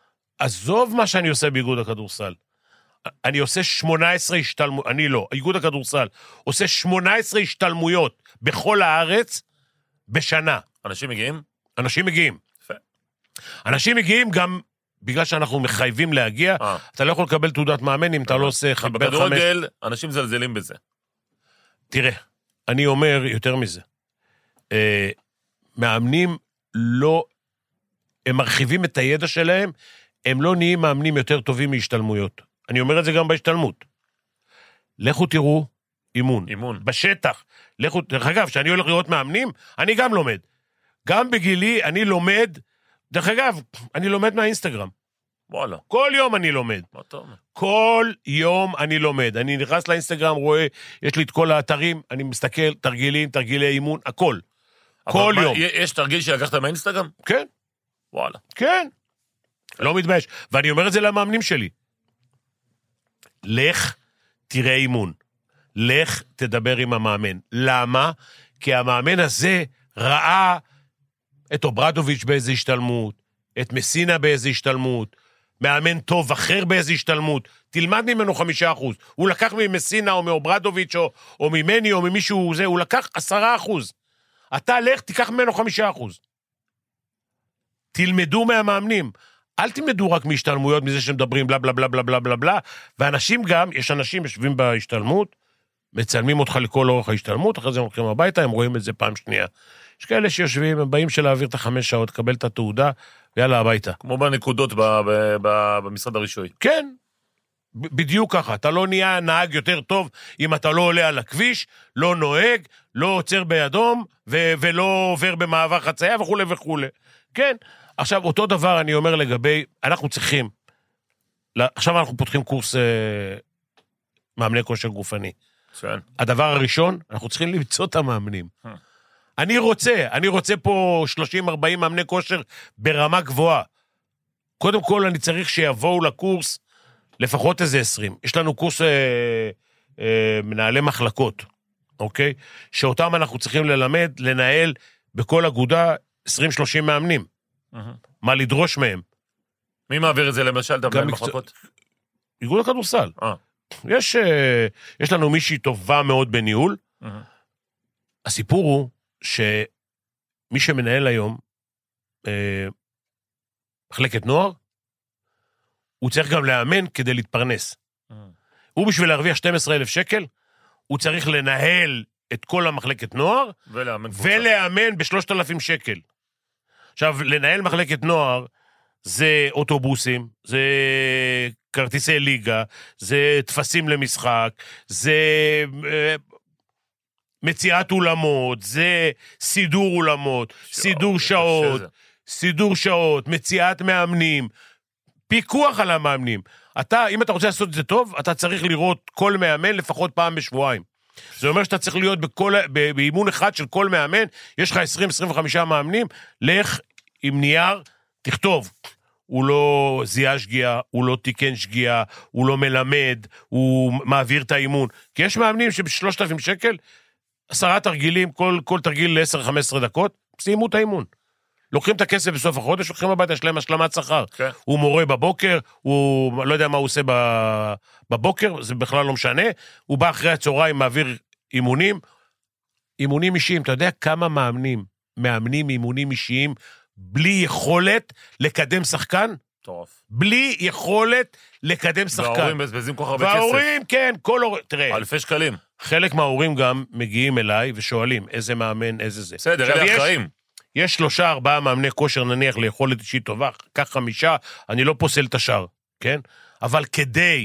עזוב מה שאני עושה באיגוד הכדורסל. אני עושה שמונה עשרה השתלמויות, אני לא, איגוד הכדורסל, עושה שמונה עשרה השתלמויות בכל הארץ בשנה. אנשים מגיעים? אנשים מגיעים. יפה. אנשים מגיעים גם... בגלל שאנחנו מחייבים להגיע, אה. אתה לא יכול לקבל תעודת מאמן אם אתה לא עושה חבר בכדורגל, אנשים זלזלים בזה. תראה, אני אומר יותר מזה. אה, מאמנים לא, הם מרחיבים את הידע שלהם, הם לא נהיים מאמנים יותר טובים מהשתלמויות. אני אומר את זה גם בהשתלמות. לכו תראו אימון. אימון. בשטח. לכו, דרך אגב, כשאני הולך לראות מאמנים, אני גם לומד. גם בגילי אני לומד, דרך אגב, אני לומד מהאינסטגרם. וואלה. כל יום אני לומד. מה טוב. כל יום אני לומד. אני נכנס לאינסטגרם, רואה, יש לי את כל האתרים, אני מסתכל, תרגילים, תרגילי אימון, הכל. כל מה, יום. יש תרגיל שלקחת מהאינסטגרם? כן. וואלה. כן. לא מתבייש. ואני אומר את זה למאמנים שלי. לך, תראה אימון. לך, תדבר עם המאמן. למה? כי המאמן הזה ראה את אוברדוביץ' באיזו השתלמות, את מסינה באיזו השתלמות, מאמן טוב אחר באיזו השתלמות, תלמד ממנו חמישה אחוז. הוא לקח ממסינה או מאוברדוביץ' או, או ממני או ממישהו זה, הוא לקח עשרה אחוז. אתה לך, תיקח ממנו חמישה אחוז. תלמדו מהמאמנים. אל תלמדו רק מהשתלמויות, מזה שמדברים בלה בלה בלה בלה בלה בלה בלה, ואנשים גם, יש אנשים יושבים בהשתלמות, מצלמים אותך לכל אורך ההשתלמות, אחרי זה הם הולכים הביתה, הם רואים את זה פעם שנייה. יש כאלה שיושבים, הם באים של להעביר את החמש שעות, קבל את התעודה, ויאללה הביתה. כמו בנקודות ב- ב- ב- במשרד הרישוי. כן, ב- בדיוק ככה. אתה לא נהיה נהג יותר טוב אם אתה לא עולה על הכביש, לא נוהג, לא עוצר באדום, ו- ולא עובר במעבר חצייה וכו' וכו'. כן, עכשיו אותו דבר אני אומר לגבי, אנחנו צריכים, עכשיו אנחנו פותחים קורס אה, מאמני כושר גופני. כן. הדבר הראשון, אנחנו צריכים למצוא את המאמנים. אני רוצה, אני רוצה פה שלושים ארבעים מאמני כושר ברמה גבוהה. קודם כל אני צריך שיבואו לקורס לפחות איזה עשרים. יש לנו קורס אה, אה, מנהלי מחלקות, אוקיי? שאותם אנחנו צריכים ללמד, לנהל בכל אגודה עשרים שלושים מאמנים. מה לדרוש מהם. מי מעביר את זה למשל, אתה מנהל מחלקות? איגוד הכדורסל. אה. יש, יש לנו מישהי טובה מאוד בניהול. הסיפור הוא שמי שמנהל היום מחלקת נוער, הוא צריך גם לאמן כדי להתפרנס. הוא בשביל להרוויח שנים עשר אלף שקל, הוא צריך לנהל את כל המחלקת נוער, ולאמן, ולאמן ב-שלושת אלפים שקל. עכשיו, לנהל מחלקת נוער, זה אוטובוסים, זה כרטיסי ליגה, זה תפסים למשחק, זה מציאת אולמות, זה סידור אולמות, סידור שעות, סידור שעות, מציאת מאמנים, פיקוח על המאמנים. אתה, אם אתה רוצה לעשות את זה טוב, אתה צריך לראות כל מאמן לפחות פעם בשבועיים. זה אומר שאתה צריך להיות בכל, באימון אחד של כל מאמן, יש לך עשרים עשרים וחמישה מאמנים, לך עם נייר, תכתוב. הוא לא זיהה שגיאה, הוא לא תיקן שגיאה, הוא לא מלמד, הוא מעביר את האימון. כי יש מאמנים שבשלושת אלפים שקל, עשרה תרגילים, כל, כל תרגיל ל-עשר חמש עשרה דקות, סיימו את האימון. לוקחים את הכסף בסוף החודש, לוקחים הביתה, יש להם השלמת שכר. Okay. הוא מורה בבוקר, הוא לא יודע מה הוא עושה בבוקר, זה בכלל לא משנה, הוא בא אחרי הצהריים, מעביר אימונים, אימונים אישיים, אתה יודע כמה מאמנים, מאמנים אימונים אישיים, בלי יכולת לקדם שחקן? טוב. בלי יכולת לקדם שחקן. וההורים מבזבזים כל כך הרבה כסף. וההורים, כן, כל הורים, תראה. אלפי שקלים. חלק מההורים גם מגיעים אליי ושואלים, איזה מאמן, איזה זה. בסדר, אלה החיים. יש שלושה, ארבעה מאמני כושר, נניח, ליכולת אישית טובה, כך חמישה, אני לא פוסל את השאר, כן? אבל כדי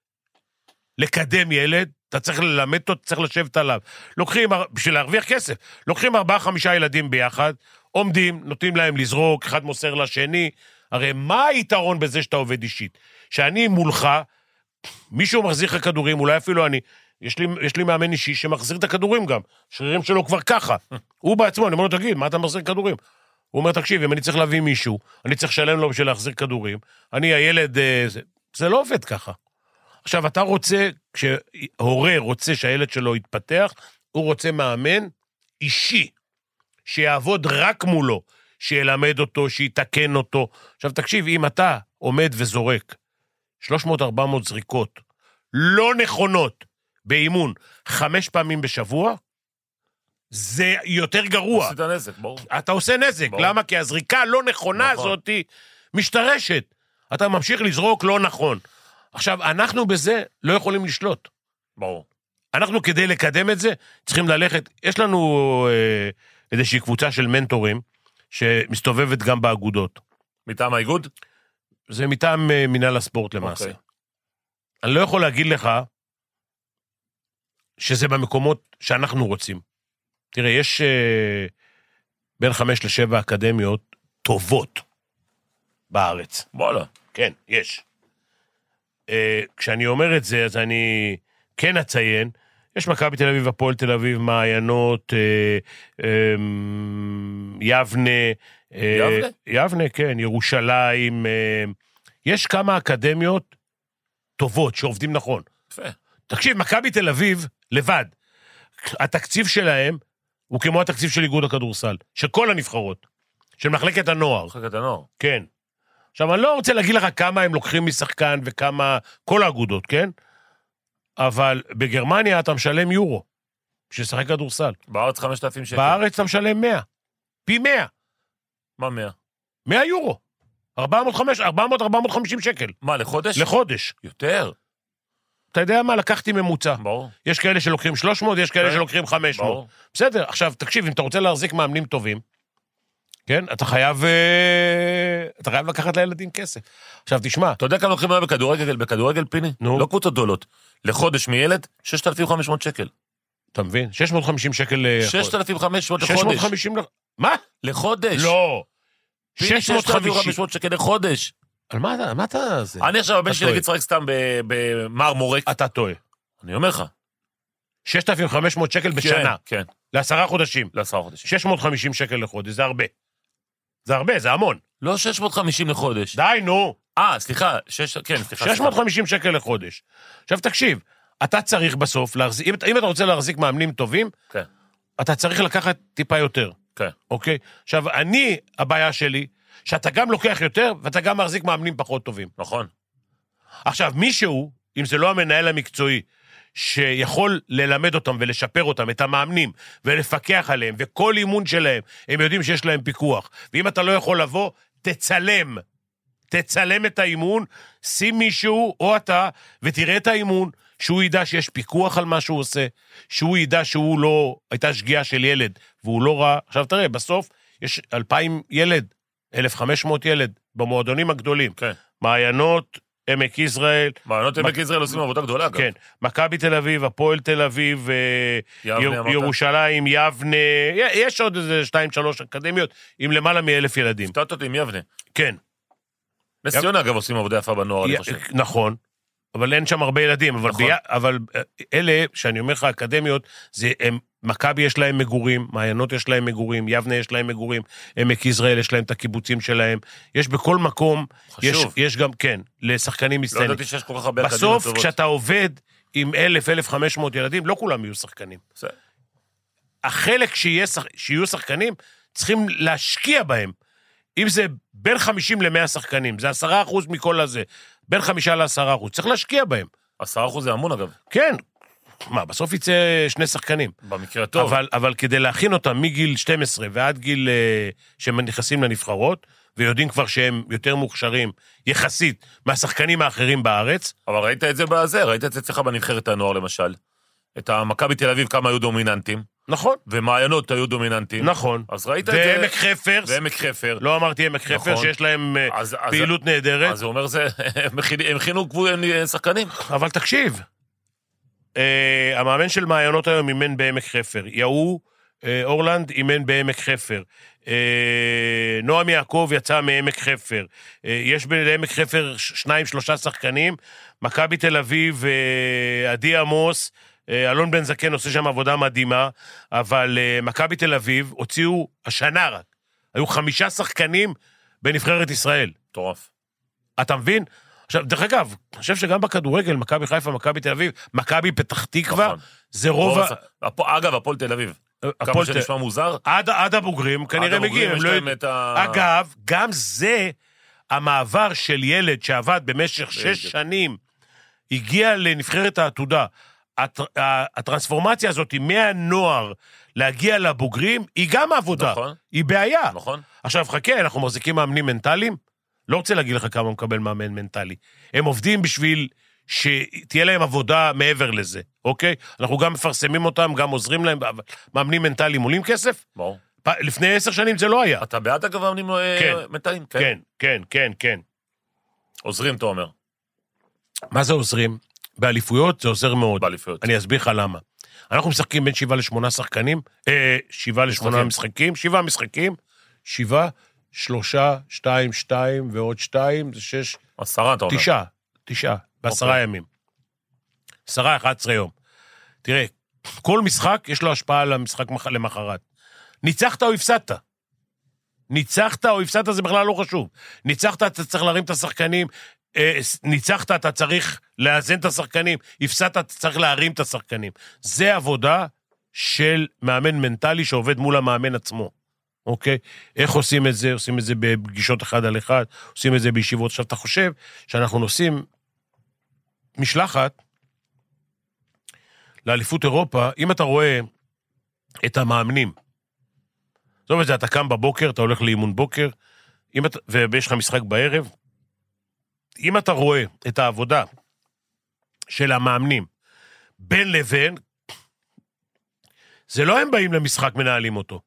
לקדם ילד, אתה צריך ללמד אותו, אתה צריך לשבת עליו. לוקחים, בשביל להרוויח כסף, לוקחים ארבעה, חמישה ילדים ביחד, עומדים, נותנים להם לזרוק, אחד מוסר לשני, הרי מה היתרון בזה שאתה עובד אישית? שאני מולך, מישהו מחזיר לך כדורים, אולי אפילו אני, יש לי, יש לי מאמן אישי שמחזיר את הכדורים גם, שרירים שלו כבר ככה, הוא בעצמו, אני אומר לו, תגיד, מה אתה מחזיר כדורים? הוא אומר, תקשיב, אם אני צריך להביא מישהו, אני צריך לשלם לו בשביל להחזיר כדורים, אני הילד, זה, זה לא עובד ככה. עכשיו, אתה רוצה, כשהורה רוצה שהילד שלו יתפתח, הוא רוצה מאמן אישי, שיעבוד רק מולו, שילמד אותו, שיתקן אותו. עכשיו, תקשיב, אם אתה עומד וזורק שלוש מאות ארבע מאות זריקות לא נכונות באימון חמש פעמים בשבוע, זה יותר גרוע. עשית נזק, ברור. אתה עושה נזק, ברור. למה? כי הזריקה לא נכונה נכון. הזאת משתרשת. אתה ממשיך לזרוק לא נכון. עכשיו, אנחנו בזה לא יכולים לשלוט. ברור. אנחנו כדי לקדם את זה, צריכים ללכת, יש לנו אה, איזושהי קבוצה של מנטורים, שמסתובבת גם באגודות. מטעם האיגוד? זה מטעם מנהל הספורט למעשה. אוקיי. אני לא יכול להגיד לך, שזה במקומות שאנחנו רוצים. תראה, יש uh, בין חמש לשבע אקדמיות טובות בארץ. וואלה. כן, יש. Uh, כשאני אומר את זה, אז אני כן אציין, יש מכבי תל אביב, הפועל תל אביב, מעיינות, uh, um, יבנה. Uh, יבנה? יבנה, כן, ירושלים. Uh, יש כמה אקדמיות טובות שעובדים נכון. יפה. תקשיב, מכבי תל אביב, לבד, התקציב שלהם הוא כמו התקציב של איגוד הכדורסל, של כל הנבחרות, של מחלקת הנוער. מחלקת הנוער. כן. עכשיו, אני לא רוצה להגיד לך כמה הם לוקחים משחקן וכמה, כל האגודות, כן? אבל בגרמניה אתה משלם יורו, ששחק כדורסל. בארץ חמשת אלפים שקל. בארץ אתה משלם מאה. פי מאה. מה מאה? מאה יורו. ארבע מאות ארבע מאות וחמישים שקל. מה, לחודש? לחודש. יותר. אתה יודע מה? לקחתי ממוצע. ברור. יש כאלה שלוקחים שלוש מאות, יש כאלה כן. שלוקחים חמש מאות. ברור. בסדר, עכשיו, תקשיב, אם אתה רוצה להחזיק מאמנים טובים, כן, אתה חייב, אתה חייב לקחת לילדים כסף. עכשיו, תשמע. אתה יודע כמה לוקחים היום בכדורגל, בכדורגל פיני? נו. לא קבוצות גדולות. לחודש מילד, שישת אלפים וחמש מאות שקל. אתה מבין? שש מאות וחמישים שקל לחודש. שישת אלפים וחמש מאות שש מאות לחודש. וחמישים לח... מה? לחודש. לא. פיני, שישת אלפים וחמש מאות שקל לחודש. על מה אתה, מה אתה זה? אני עכשיו, הבן אתה שלי טועה. נגיד שחק סתם במר מורק. אתה טועה. אני אומר לך. ששת אלפים וחמש מאות שקל בשנה. כן, לעשרה חודשים. לעשרה חודשים. שש מאות וחמישים שקל לחודש, זה הרבה. זה הרבה, זה המון. לא שש מאות וחמישים לחודש. די, נו. אה, סליחה, שש, כן, סליחה. שש מאות וחמישים שקל לחודש. עכשיו תקשיב, אתה צריך בסוף, להחזיק, אם, אם אתה רוצה להחזיק מאמנים טובים, כן. אתה צריך לקחת טיפה יותר. כן. אוקיי? עכשיו, אני, הבעיה שלי, שאתה גם לוקח יותר, ואתה גם מחזיק מאמנים פחות טובים. נכון. עכשיו, מישהו, אם זה לא המנהל המקצועי, שיכול ללמד אותם ולשפר אותם, את המאמנים, ולפקח עליהם, וכל אימון שלהם, הם יודעים שיש להם פיקוח. ואם אתה לא יכול לבוא, תצלם. תצלם את האימון, שים מישהו, או אתה, ותראה את האימון, שהוא ידע שיש פיקוח על מה שהוא עושה, שהוא ידע שהוא לא, הייתה שגיאה של ילד, והוא לא רע. עכשיו תראה, בסוף יש אלפיים ילד, אלף וחמש מאות ילד, במועדונים הגדולים. כן. מעיינות, עמק יזרעאל. מעיינות עמק יזרעאל עושים עבודה גדולה, אגב. כן, מכבי תל אביב, הפועל תל אביב, יבנה, יר, אמרת? ירושלים, יבנה, יש עוד איזה שתיים, שלוש אקדמיות, עם למעלה מאלף ילדים. הפתעת אותי עם יבנה. כן. נס ציונה, אגב, עושים עבודה יפה בנוער, אני חושב. נכון, אבל אין שם הרבה ילדים, אבל, נכון. בי... אבל אלה, שאני אומר לך, אקדמיות, זה, הם, מכבי יש להם מגורים, מעיינות יש להם מגורים, יבנה יש להם מגורים, עמק יזרעאל יש להם את הקיבוצים שלהם, יש בכל מקום, יש, יש גם, כן, לשחקנים לא מצטיינים. ידעתי שיש כל כך הרבה אקדמיות בסוף, טובות. כשאתה עובד עם אלף, אלף וחמש מאות ילדים, לא כולם יהיו שחקנים. בסדר. החלק שיהיה, שיהיו שחקנים, צריכים להשקיע בהם. אם זה בין חמישים למאה שחקנים, זה עשרה אחוז מכל הזה, בין חמישה לעשרה אחוז, צריך להשקיע בהם. עשרה אחוז זה המון, אגב. כן, מה, בסוף יצא שני שחקנים. במקרה הטוב. אבל, אבל כדי להכין אותם מגיל שתים עשרה ועד גיל uh, שהם נכנסים לנבחרות, ויודעים כבר שהם יותר מוכשרים יחסית מהשחקנים האחרים בארץ. אבל ראית את זה בזה, ראית את זה אצלך בנבחרת הנוער, למשל. את המכבי תל אביב, כמה היו דומיננטים. נכון. ומעיינות היו דומיננטים. נכון. אז ראית את זה... ועמק חפר. ועמק חפר. לא אמרתי עמק חפר, נכון. שיש להם אז, פעילות אז, נהדרת. אז הוא אומר, זה, הם הכינו שחקנים. אבל תקשיב, אה, המאמן של מעיינות היום אימן בעמק חפר. יאו אה, אורלנד אימן בעמק חפר. אה, נועם יעקב יצא מעמק חפר. אה, יש בעמק חפר שניים, שלושה שחקנים. מכבי תל אביב, אה, עדי עמוס, אה, אלון בן זקן עושה שם עבודה מדהימה, אבל אה, מכבי תל אביב הוציאו השנה רק. היו חמישה שחקנים בנבחרת ישראל. מטורף. אתה מבין? עכשיו, דרך אגב, אני חושב שגם בכדורגל, מכבי חיפה, מכבי תל אביב, מכבי פתח תקווה, נכון. זה רוב... ה... הפ... אגב, הפועל תל אביב. כמה הפועל שנשמע מוזר. עד, עד הבוגרים, כנראה מגיעים. יש לא... להם את ה... אגב, גם זה, המעבר של ילד שעבד במשך שש שנים, הגיע לנבחרת העתודה. הט... הטרנספורמציה הזאת מהנוער להגיע לבוגרים, היא גם עבודה. נכון. היא בעיה. נכון. עכשיו, חכה, אנחנו מחזיקים מאמנים מנטליים, לא רוצה להגיד לך כמה מקבל מאמן מנטלי. הם עובדים בשביל שתהיה להם עבודה מעבר לזה, אוקיי? אנחנו גם מפרסמים אותם, גם עוזרים להם, מאמנים מנטליים עולים כסף? ברור. לפני עשר שנים זה לא היה. אתה בעד אגב מאמנים מתאים? כן, כן, כן, כן. עוזרים, אתה אומר. מה זה עוזרים? באליפויות זה עוזר מאוד. באליפויות. אני אסביר לך למה. אנחנו משחקים בין שבעה לשמונה שחקנים, אה, שבעה לשמונה משחקים, שבעה משחקים, שבעה, שלושה, שתיים, שתיים, ועוד שתיים, זה שש, עשרה, אתה אומר. תשעה, תשעה, בעשרה ימים. עשרה, אחד עשרה יום. תראה, כל משחק יש לו השפעה על המשחק למחרת. ניצחת או הפסדת. ניצחת או הפסדת זה בכלל לא חשוב. ניצחת, אתה צריך להרים את השחקנים, ניצחת, אתה צריך לאזן את השחקנים, הפסדת, אתה צריך להרים את השחקנים. זה עבודה של מאמן מנטלי שעובד מול המאמן עצמו. אוקיי? איך עושים את זה? עושים את זה בפגישות אחד על אחד, עושים את זה בישיבות. עכשיו, אתה חושב שאנחנו נוסעים משלחת לאליפות אירופה, אם אתה רואה את המאמנים, זאת אומרת, אתה קם בבוקר, אתה הולך לאימון בוקר, אתה, ויש לך משחק בערב, אם אתה רואה את העבודה של המאמנים בין לבין, זה לא הם באים למשחק מנהלים אותו.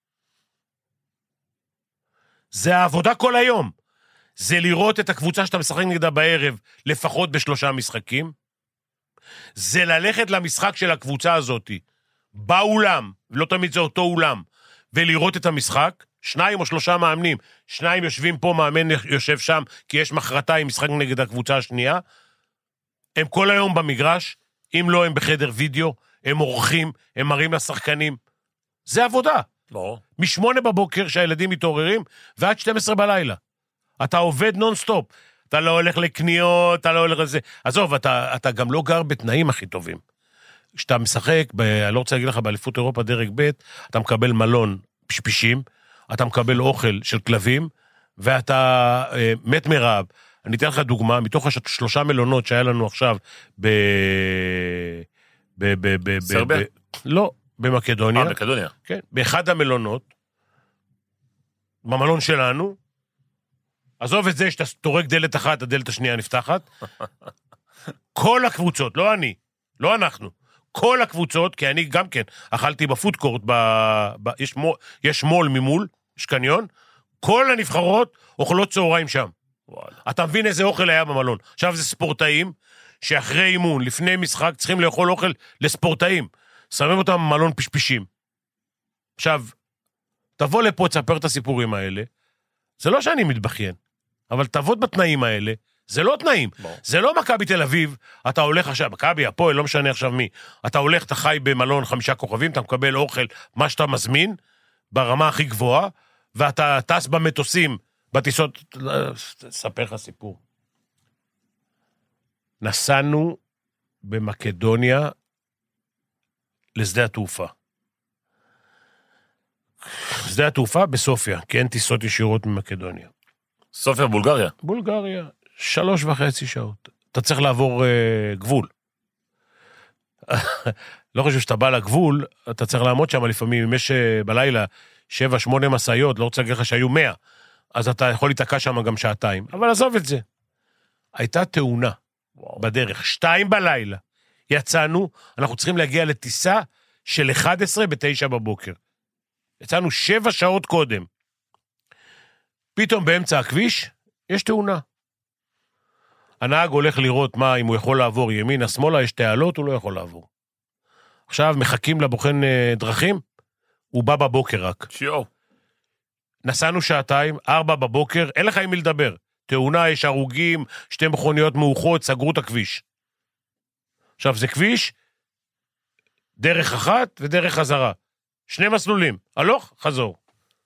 זה העבודה כל היום. זה לראות את הקבוצה שאתה משחק נגדה בערב, לפחות בשלושה משחקים. זה ללכת למשחק של הקבוצה הזאת, באולם, לא תמיד זה אותו אולם, ולראות את המשחק, שניים או שלושה מאמנים, שניים יושבים פה, מאמן יושב שם, כי יש מחרתיים משחק נגד הקבוצה השנייה, הם כל היום במגרש, אם לא הם בחדר וידאו, הם עורכים, הם מראים לשחקנים. זה עבודה. לא. משמונה בבוקר שהילדים מתעוררים, ועד שתים עשרה בלילה. אתה עובד נונסטופ, אתה לא הולך לקניות, אתה לא הולך לזה. עזוב, אתה, אתה גם לא גר בתנאים הכי טובים. כשאתה משחק, ב, אני לא רוצה להגיד לך, באליפות אירופה דרג ב', אתה מקבל מלון פשפישים, אתה מקבל אוכל של כלבים, ואתה אה, מת מרעב. אני אתן לך דוגמה, מתוך השלושה מלונות שהיה לנו עכשיו ב... ב... ב... ב... סרביה? ב... לא, במקדוניה. אה, מקדוניה. כן, באחד המלונות, במלון שלנו, עזוב את זה שאתה תורק דלת אחת, הדלת השנייה נפתחת, כל הקבוצות, לא אני, לא אנחנו, כל הקבוצות, כי אני גם כן אכלתי בפודקורט, ב... ב... יש, מול, יש מול ממול, יש קניון, כל הנבחרות אוכלות צהריים שם. וואלה. אתה מבין איזה אוכל היה במלון. עכשיו זה ספורטאים, שאחרי אימון, לפני משחק, צריכים לאכול אוכל לספורטאים. שמים אותם במלון פשפישים. עכשיו, תבוא לפה, תספר את הסיפורים האלה, זה לא שאני מתבכיין, אבל תעבוד בתנאים האלה, זה לא תנאים. בוא. זה לא מכבי תל אביב, אתה הולך עכשיו, מכבי, הפועל, לא משנה עכשיו מי, אתה הולך, אתה חי במלון חמישה כוכבים, אתה מקבל אוכל, מה שאתה מזמין, ברמה הכי גבוהה, ואתה טס במטוסים, בטיסות, ספר לך סיפור. נסענו במקדוניה לשדה התעופה. שדה התעופה בסופיה, כי אין טיסות ישירות ממקדוניה. סופיה בולגריה? בולגריה, שלוש וחצי שעות. אתה צריך לעבור uh, גבול. לא חושב שאתה בא לגבול, אתה צריך לעמוד שם לפעמים, אם יש uh, בלילה שבע, שמונה מסעיות, לא רוצה להגיד לך שהיו מאה, אז אתה יכול להתעקע שם גם שעתיים. אבל עזוב את זה. הייתה תאונה וואו. בדרך, שתיים בלילה. יצאנו, אנחנו צריכים להגיע לטיסה של אחת עשרה בתשע בבוקר. יצאנו שבע שעות קודם. פתאום באמצע הכביש, יש תאונה. הנהג הולך לראות מה, אם הוא יכול לעבור ימינה, שמאלה, יש תעלות, הוא לא יכול לעבור. עכשיו מחכים לבוחן דרכים, הוא בא בבוקר רק. שיו. נסענו שעתיים, ארבע בבוקר, אין לך עם מי לדבר. תאונה, יש הרוגים, שתי מכוניות מאוחות, סגרו את הכביש. עכשיו זה כביש, דרך אחת ודרך חזרה. שני מסלולים, הלוך, חזור.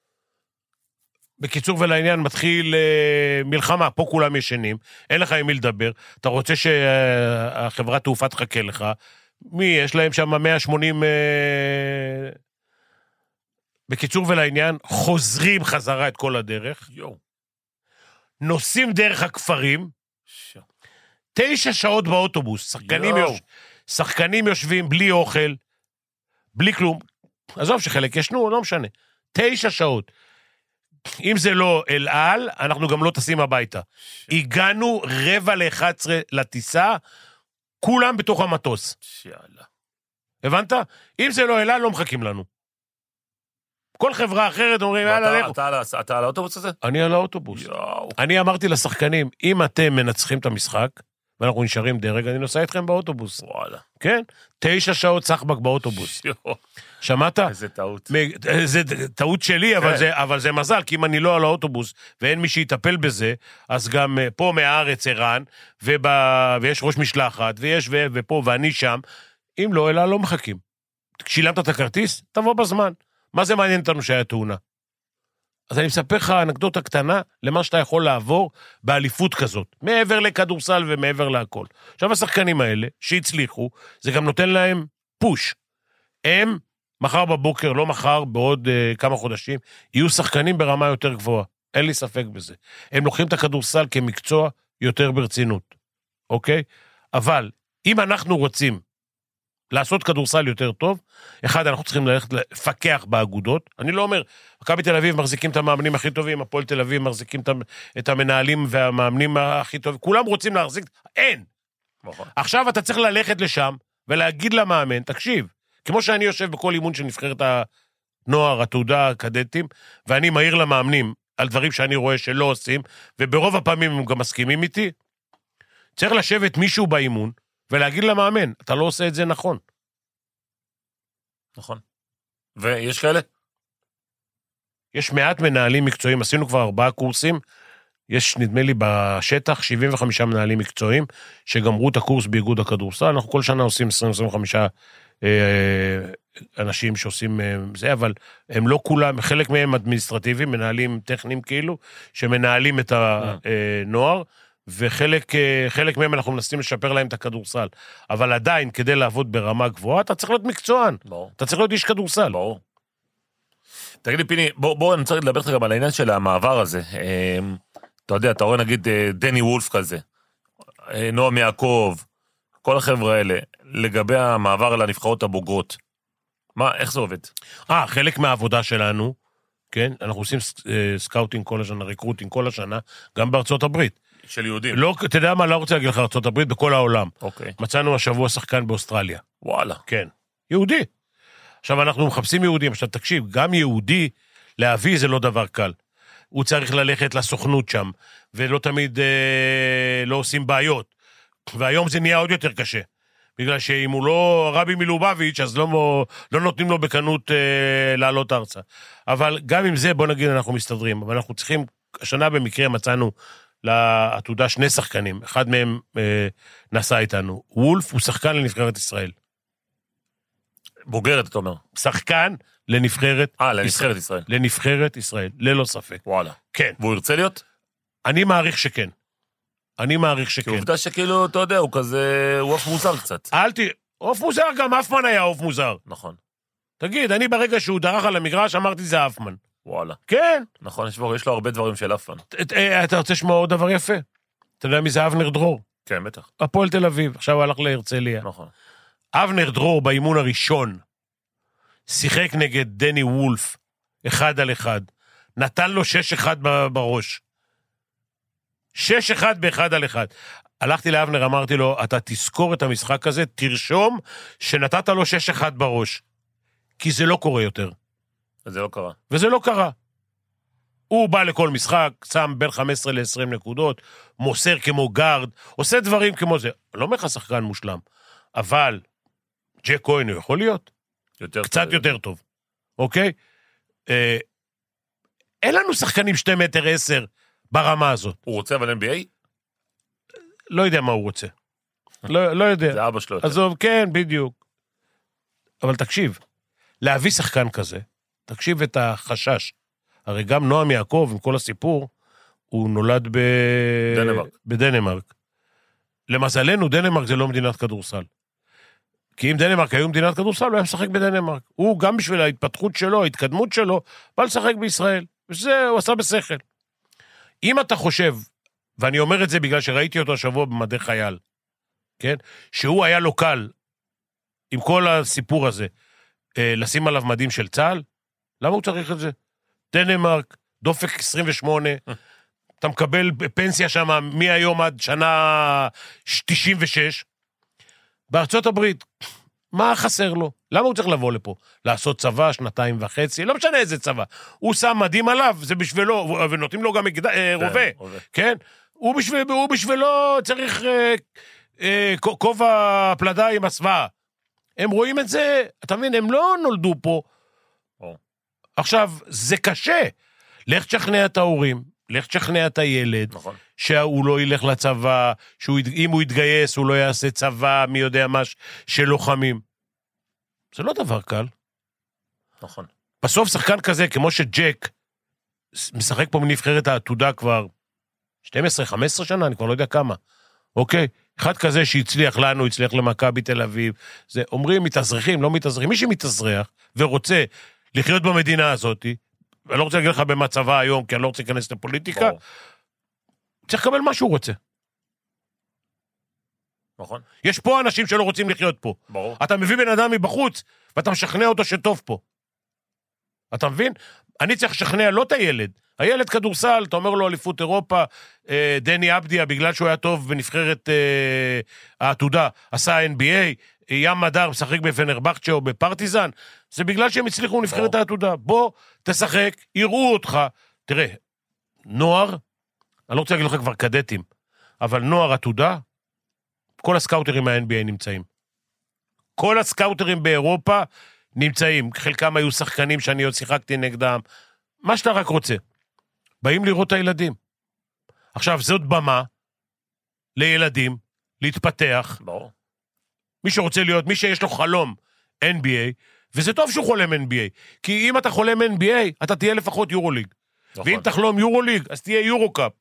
בקיצור ולעניין מתחיל אה, מלחמה, פה כולם ישנים, אין לך עם מי לדבר, אתה רוצה שהחברת תעופה תחכה לך, מי, יש להם שם מאה ושמונים... אה... בקיצור ולעניין, חוזרים חזרה את כל הדרך, יו. נוסעים דרך הכפרים, ש... תשע שעות באוטובוס, שחקנים, יוש... שחקנים יושבים בלי אוכל, בלי כלום, עזוב שחלק ישנו, לא משנה, תשע שעות, אם זה לא אל על, אנחנו גם לא טסים הביתה. ש... הגענו רבע ל-אחת עשרה לטיסה, כולם בתוך המטוס. שיאללה. הבנת? אם זה לא אל על, לא מחכים לנו. כל חברה אחרת אומרים, יאללה, לכו. אתה על האוטובוס הזה? אני על האוטובוס. אני אמרתי לשחקנים, אם אתם מנצחים את המשחק, ואנחנו נשארים דרג, אני נוסע איתכם באוטובוס. וואלה. כן? תשע שעות סחבק באוטובוס. שמעת? איזה טעות. זה טעות שלי, אבל זה מזל, כי אם אני לא על האוטובוס, ואין מי שיטפל בזה, אז גם פה מהארץ ערן, ויש ראש משלחת, ויש ופה, ואני שם, אם לא, אלא לא מחכים. שילמת את הכרטיס, תבוא בזמן. מה זה מעניין אותנו שהיה תאונה? אז אני מספר לך אנקדוטה קטנה, למה שאתה יכול לעבור באליפות כזאת, מעבר לכדורסל ומעבר להכל. עכשיו השחקנים האלה, שהצליחו, זה גם נותן להם פוש. הם, מחר בבוקר, לא מחר, בעוד uh, כמה חודשים, יהיו שחקנים ברמה יותר גבוהה. אין לי ספק בזה. הם לוקחים את הכדורסל כמקצוע יותר ברצינות. אוקיי? אבל, אם אנחנו רוצים לעשות כדורסל יותר טוב, אחד, אנחנו צריכים ללכת לפקח באגודות. אני לא אומר, מכבי תל אביב מחזיקים את המאמנים הכי טובים, הפועל תל אביב מחזיקים את המנהלים והמאמנים הכי טובים, כולם רוצים להחזיק, אין. עכשיו אתה צריך ללכת לשם, ולהגיד למאמן, תקשיב, כמו שאני יושב בכל אימון של נבחרת הנוער, התעודה, הקדטים, ואני מהיר למאמנים על דברים שאני רואה שלא עושים, וברוב הפעמים הם גם מסכימים איתי, צריך לשבת מישהו באימון, ולהגיד למאמן, אתה לא עושה את זה נכון. נכון. ויש כאלה? יש מעט מנהלים מקצועיים, עשינו כבר ארבעה קורסים, יש נדמה לי בשטח שבעים וחמישה מנהלים מקצועיים, שגמרו את הקורס באיגוד הכדורסל, אנחנו כל שנה עושים עשרים עד עשרים וחמישה אה, אנשים שעושים אה, זה, אבל הם לא כולם, חלק מהם אדמיניסטרטיביים, מנהלים טכניים כאילו, שמנהלים את הנוער, וחלק חלק מהם אנחנו מנסים לשפר להם את הכדורסל. אבל עדיין, כדי לעבוד ברמה גבוהה, אתה צריך להיות מקצוען. ברור. אתה צריך להיות איש כדורסל. ברור. תגיד לי, פיני, בוא, בוא, אני צריך לדבר לך גם על העניין של המעבר הזה. אתה יודע, אתה רואה נגיד דני וולף כזה, נועם יעקב, כל החבר'ה האלה, לגבי המעבר לנבחרות הבוגרות. מה, איך זה עובד? אה, חלק מהעבודה שלנו, כן, אנחנו עושים סקאוטינג כל השנה, ריקרוטינג כל השנה, גם בארצות הברית. של יהודים. לא, אתה יודע מה, לא רוצה להגיד לך ארצות הברית, בכל העולם. אוקיי. מצאנו השבוע שחקן באוסטרליה. וואלה. כן. יהודי. עכשיו אנחנו מחפשים יהודים, עכשיו תקשיב, גם יהודי להביא זה לא דבר קל. הוא צריך ללכת לסוכנות שם, ולא תמיד אה, לא עושים בעיות. והיום זה נהיה עוד יותר קשה. בגלל שאם הוא לא רבי מלובביץ', אז לא, לא נותנים לו בקנות אה, לעלות ארצה. אבל גם עם זה, בוא נגיד, אנחנו מסתדרים. אבל אנחנו צריכים, השנה במקרה מצאנו לעתודה שני שחקנים, אחד מהם אה, נסע איתנו. וולף הוא שחקן לנבחרת ישראל. בוגרת, אתה אומר. שחקן לנבחרת אה, לנבחרת ישראל. לנבחרת ישראל, ללא ספק. וואלה. כן. והוא ירצה להיות? אני מעריך שכן. אני מעריך שכן. כי עובדה שכאילו, אתה יודע, הוא כזה, הוא אוף מוזר קצת. אל ת... אוף מוזר, גם אפמן היה אוף מוזר. נכון. תגיד, אני ברגע שהוא דרך על המגרש, אמרתי זה אפמן. וואלה. כן. נכון, יש, יש לו הרבה דברים של אפמן. אתה רוצה לשמוע עוד דבר יפה? אתה יודע מי זה אבנר דרור? כן, בטח. הפועל תל אביב, עכשיו הוא הלך להרצליה. נכון. אבנר דרור באימון הראשון, שיחק נגד דני וולף, אחד על אחד, נתן לו שש אחד בראש. שש אחד באחד על אחד. הלכתי לאבנר, אמרתי לו, אתה תזכור את המשחק הזה, תרשום שנתת לו שש אחד בראש. כי זה לא קורה יותר. וזה לא קרה. וזה לא קרה. הוא בא לכל משחק, שם בין חמש עשרה לעשרים נקודות, מוסר כמו גארד, עושה דברים כמו זה. לא אומר לך שחקן מושלם, אבל ג'ק כהן הוא יכול להיות יותר קצת טוב. יותר טוב. אוקיי? אה, אין לנו שחקנים שתי מטר עשר ברמה הזאת. הוא רוצה אבל אן בי איי? לא יודע מה הוא רוצה. לא, לא יודע. זה אבא שלו יותר. עזוב, כן, בדיוק. אבל תקשיב, להביא שחקן כזה, תקשיב את החשש. הרי גם נועם יעקב, עם כל הסיפור, הוא נולד ב... דנמרק. בדנמרק. למזלנו, דנמרק זה לא מדינת כדורסל. כי אם דנמרק היו מדינת כדורסל, הוא היה משחק בדנמרק. הוא גם בשביל ההתפתחות שלו, ההתקדמות שלו, בא לשחק בישראל. וזה הוא עשה בשכל. אם אתה חושב, ואני אומר את זה בגלל שראיתי אותו השבוע במדי חייל, כן? שהוא היה לו קל, עם כל הסיפור הזה, לשים עליו מדים של צה"ל, למה הוא צריך את זה? דנמרק, דופק עשרים ושמונה, אתה מקבל פנסיה שם מהיום עד שנה תשעים ושש, בארצות הברית, מה חסר לו? למה הוא צריך לבוא לפה? לעשות צבא, שנתיים וחצי, לא משנה איזה צבא. הוא שם מדים עליו, זה בשבילו, ונותנים לו גם רובה, כן? הוא בשביל, הוא בשבילו צריך אה, אה, כובע פלדה עם הסוואה. הם רואים את זה, אתה מבין, הם לא נולדו פה. או. עכשיו, זה קשה. לך תשכנע את ההורים, לך תשכנע את הילד, נכון. שהוא לא ילך לצבא, שאם הוא יתגייס, הוא לא יעשה צבא, מי יודע מה, של לוחמים. זה לא דבר קל. נכון. בסוף שחקן כזה, כמו שג'ק, משחק פה מנבחרת העתודה כבר שתים עשרה חמש עשרה שנה, אני כבר לא יודע כמה. אוקיי? אחד כזה שהצליח לנו, הצליח למכבי תל אביב, זה אומרים מתאזרחים, לא מתאזרחים. מי שמתאזרח ורוצה לחיות במדינה הזאת, אני לא רוצה להגיד לך במצבה היום, כי אני לא רוצה להיכנס לפוליטיקה, בוא. צריך לקבל מה שהוא רוצה. נכון. יש פה אנשים שלא רוצים לחיות פה. ברור. אתה מביא בן אדם מבחוץ, ואתה משכנע אותו שטוב פה. אתה מבין? אני צריך לשכנע לא את הילד. הילד כדורסל, אתה אומר לו אליפות אירופה, דני אבדיה, בגלל שהוא היה טוב בנבחרת העתודה, עשה אן בי איי, ים מדר משחק בפנרבחצ'ה או בפרטיזן, זה בגלל שהם הצליחו בנבחרת העתודה. בוא, תשחק, יראו אותך. תראה, נוער, אני לא רוצה להגיד לך כבר קדטים, אבל נוער עתודה, כל הסקאוטרים מה-אן בי איי נמצאים. כל הסקאוטרים באירופה נמצאים. חלקם היו שחקנים שאני עוד שיחקתי נגדם. מה שאתה רק רוצה. באים לראות את הילדים. עכשיו, זאת במה לילדים, להתפתח. ברור. מי שרוצה להיות, מי שיש לו חלום אן בי איי, וזה טוב שהוא חולם אן בי איי, כי אם אתה חולם אן בי איי, אתה תהיה לפחות יורוליג. נכון. ואם תחלום יורוליג, אז תהיה יורוקאפ.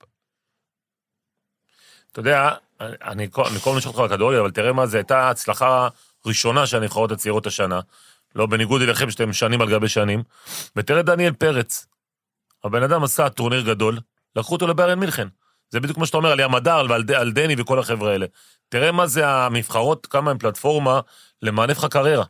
אתה יודע, אני כל מיני שחקן הכדורגל, אבל תראה מה זה, הייתה הצלחה ראשונה של הנבחרות הצעירות השנה, לא בניגוד אליכם שאתם שנים על גבי שנים, ותראה דניאל פרץ, הבן אדם עשה טורניר גדול, לקחו אותו לביירן מינכן, זה בדיוק כמו שאתה אומר, על ים הדר ועל דני וכל החבר'ה האלה, תראה מה זה המבחרות, כמה הם פלטפורמה למענף לך קריירה.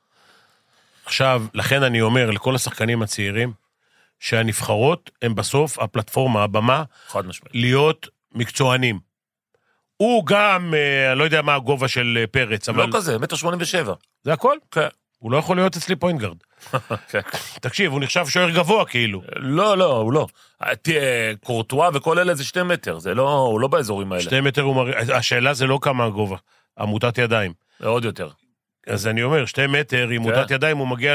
עכשיו, לכן אני אומר לכל השחקנים הצעירים, שהנבחרות הם בסוף הפלטפורמה, הבמה, חד משמעית. להיות מקצוענים. הוא גם, אני לא יודע מה הגובה של פרץ, אבל... לא כזה, מטר שמונים ושבע. זה הכל? כן. הוא לא יכול להיות אצלי פוינטגרד. תקשיב, הוא נחשב שוער גבוה כאילו. לא, לא, הוא לא. קורטואה וכל אלה זה שתי מטר, זה לא, הוא לא באזורים האלה. שתי מטר הוא מראה, השאלה זה לא כמה הגובה, עמותת ידיים. עוד יותר. אז אני אומר, שתי מטר, עם עמותת ידיים, הוא מגיע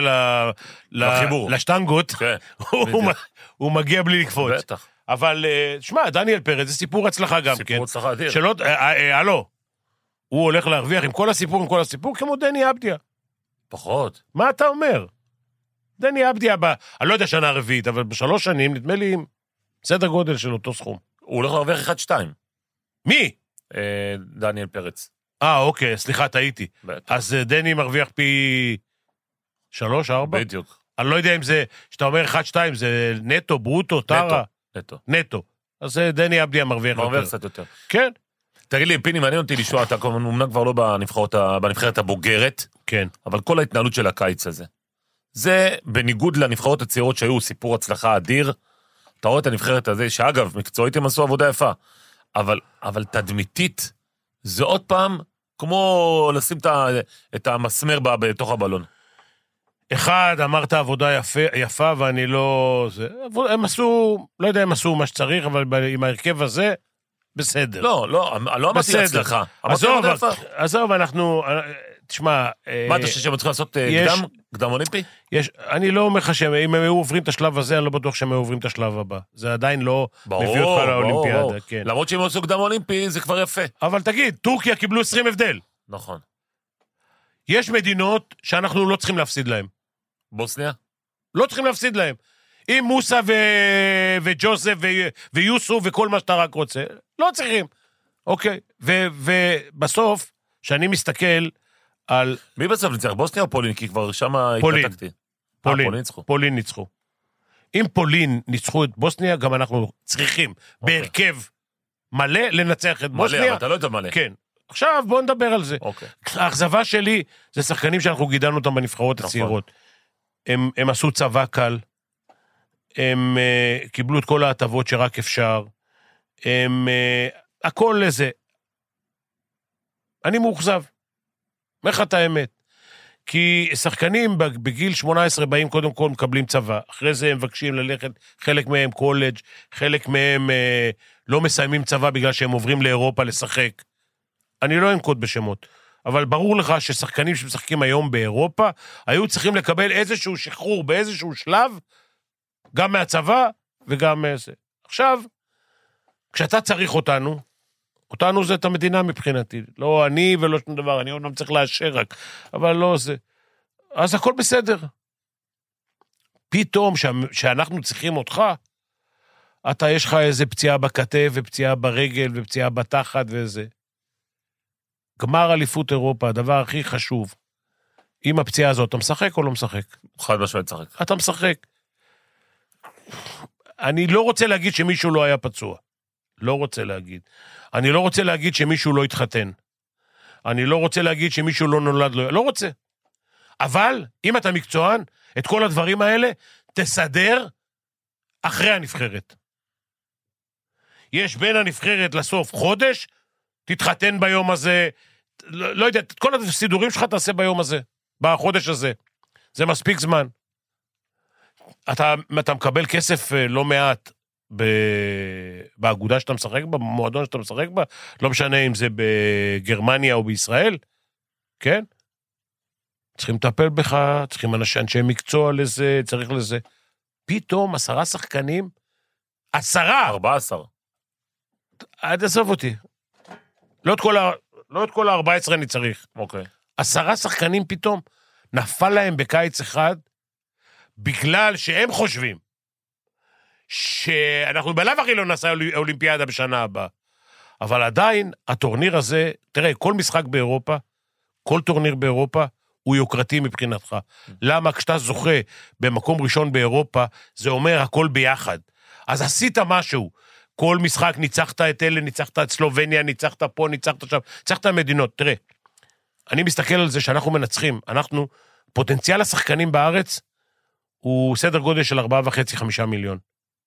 לשטנגות, הוא מגיע בלי לקפוץ. בטח. אבל, שמע, דניאל פרץ, זה סיפור הצלחה גם, כן? סיפור הצלחה אדיר. שלא, הלו, הוא הולך להרוויח עם כל הסיפור, עם כל הסיפור, כמו דני אבדיה. פחות. מה אתה אומר? דני אבדיה, אני לא יודע שנה רביעית, אבל בשלוש שנים, נדמה לי, עם סדר גודל של אותו סכום. הוא הולך להרוויח אחד שתיים. מי? דניאל פרץ. אה, אוקיי, סליחה, טעיתי. אז דני מרוויח פי שלוש, ארבע? בדיוק. אני לא יודע אם זה, שאתה אומר אחד, שתיים, זה נטו, ברוטו, טרה? נטו. נטו. אז דני אבדיה מרוויח יותר. מרוויח קצת יותר. כן. תגיד לי, פיני, מעניין אותי לשמוע, אתה אומנם כבר לא בנבחרת הבוגרת, כן. אבל כל ההתנהלות של הקיץ הזה. זה בניגוד לנבחרות הצעירות שהיו סיפור הצלחה אדיר, אתה רואה את הנבחרת הזה, שאגב, מקצועית הם עשו עבודה יפה, אבל, אבל תדמיתית, זה עוד פעם כמו לשים את המסמר בתוך הבלון. אחד, אמרת עבודה יפה, יפה ואני לא... זה, הם עשו, לא יודע אם עשו מה שצריך, אבל עם ההרכב הזה, בסדר. לא, לא, לא אמרתי הצלחה. עזוב, עזוב, אנחנו... תשמע... מה, אתה חושב שהם צריכים לעשות קדם, קדם אולימפי? יש, אני לא אומר לך שהם, אם הם היו עוברים את השלב הזה, אני לא בטוח שהם היו עוברים את השלב הבא. זה עדיין לא מביא אותך לאולימפיאדה, כן. למרות שהם עשו קדם אולימפי, זה כבר יפה. אבל תגיד, טורקיה קיבלו עשרים הבדל. נכון. יש מדינות שאנחנו לא צריכים להפסיד להם. בוסניה? לא צריכים להפסיד להם. עם מוסה ו... וג'וזף ו... ויוסו וכל מה שאתה רק רוצה, לא צריכים. אוקיי. ו... ובסוף, שאני מסתכל על... מי בסוף ניצח? בוסניה או פולין? כי כבר שמה התנתקתי. פולין. פולין ניצחו. פולין ניצחו. אם פולין ניצחו את בוסניה, גם אנחנו צריכים אוקיי. בהרכב מלא לנצח את מלא, בוסניה. מלא, אבל אתה לא יודע מלא. כן. עכשיו בואו נדבר על זה. אוקיי. האכזבה שלי זה שחקנים שאנחנו גידלנו אותם בנבחרות נכון. הצעירות. הם, הם עשו צבא קל, הם uh, קיבלו את כל ההטבות שרק אפשר, הם, uh, הכל לזה. אני מאוכזב. איך אתה האמת? כי שחקנים בגיל שמונה עשרה באים קודם כל מקבלים צבא, אחרי זה הם מבקשים ללכת, חלק מהם קולג', חלק מהם אה, לא מסיימים צבא בגלל שהם עוברים לאירופה לשחק. אני לא אנקוט בשמות, אבל ברור לך ששחקנים שמשחקים היום באירופה, היו צריכים לקבל איזשהו שחרור באיזשהו שלב, גם מהצבא וגם מזה. עכשיו, כשאתה צריך אותנו, אותנו זה את המדינה מבחינתי, לא אני ולא שום דבר, אני עוד לא צריך לאשר רק, אבל לא זה. אז הכל בסדר. פתאום ש... שאנחנו צריכים אותך, אתה יש לך איזה פציעה בכתף ופציעה ברגל ופציעה בתחת וזה. גמר אליפות אירופה, הדבר הכי חשוב. עם הפציעה הזאת, אתה משחק או לא משחק? חד משמעית משחק. אתה משחק. אני לא רוצה להגיד שמישהו לא היה פצוע. לא רוצה להגיד. אני לא רוצה להגיד שמישהו לא התחתן. אני לא רוצה להגיד שמישהו לא נולד, לא, לא רוצה. אבל, אם אתה מקצוען, את כל הדברים האלה, תסדר אחרי הנבחרת. יש בין הנבחרת לסוף חודש, תתחתן ביום הזה, לא, לא יודע, את כל הסידורים שלך תעשה ביום הזה, בחודש הזה. זה מספיק זמן. אתה, אתה מקבל כסף לא מעט, באגודה שאתה משחק בה, במועדון שאתה משחק בה, לא משנה אם זה בגרמניה או בישראל, כן? צריכים לטפל בך, צריכים אנשי מקצוע לזה, צריך לזה. פתאום עשרה שחקנים, עשרה! ארבע עשר. עד עזוב אותי. לא את כל ה... לא את כל ה-ארבע עשרה אני צריך. אוקיי. עשרה שחקנים פתאום, נפל להם בקיץ אחד, בגלל שהם חושבים, שאנחנו בלב הכי לא נעשה אולימפיאדה בשנה הבאה. אבל עדיין, הטורניר הזה, תראה, כל משחק באירופה, כל טורניר באירופה, הוא יוקרתי מבחינתך. למה? כשאתה זוכה במקום ראשון באירופה, זה אומר הכל ביחד. אז עשית משהו. כל משחק ניצחת את אלה, ניצחת את סלובניה, ניצחת פה, ניצחת שם, ניצחת מדינות. תראה, אני מסתכל על זה שאנחנו מנצחים. אנחנו, פוטנציאל השחקנים בארץ, הוא סדר גודל של ארבעה וחצי, חמישה מיליון.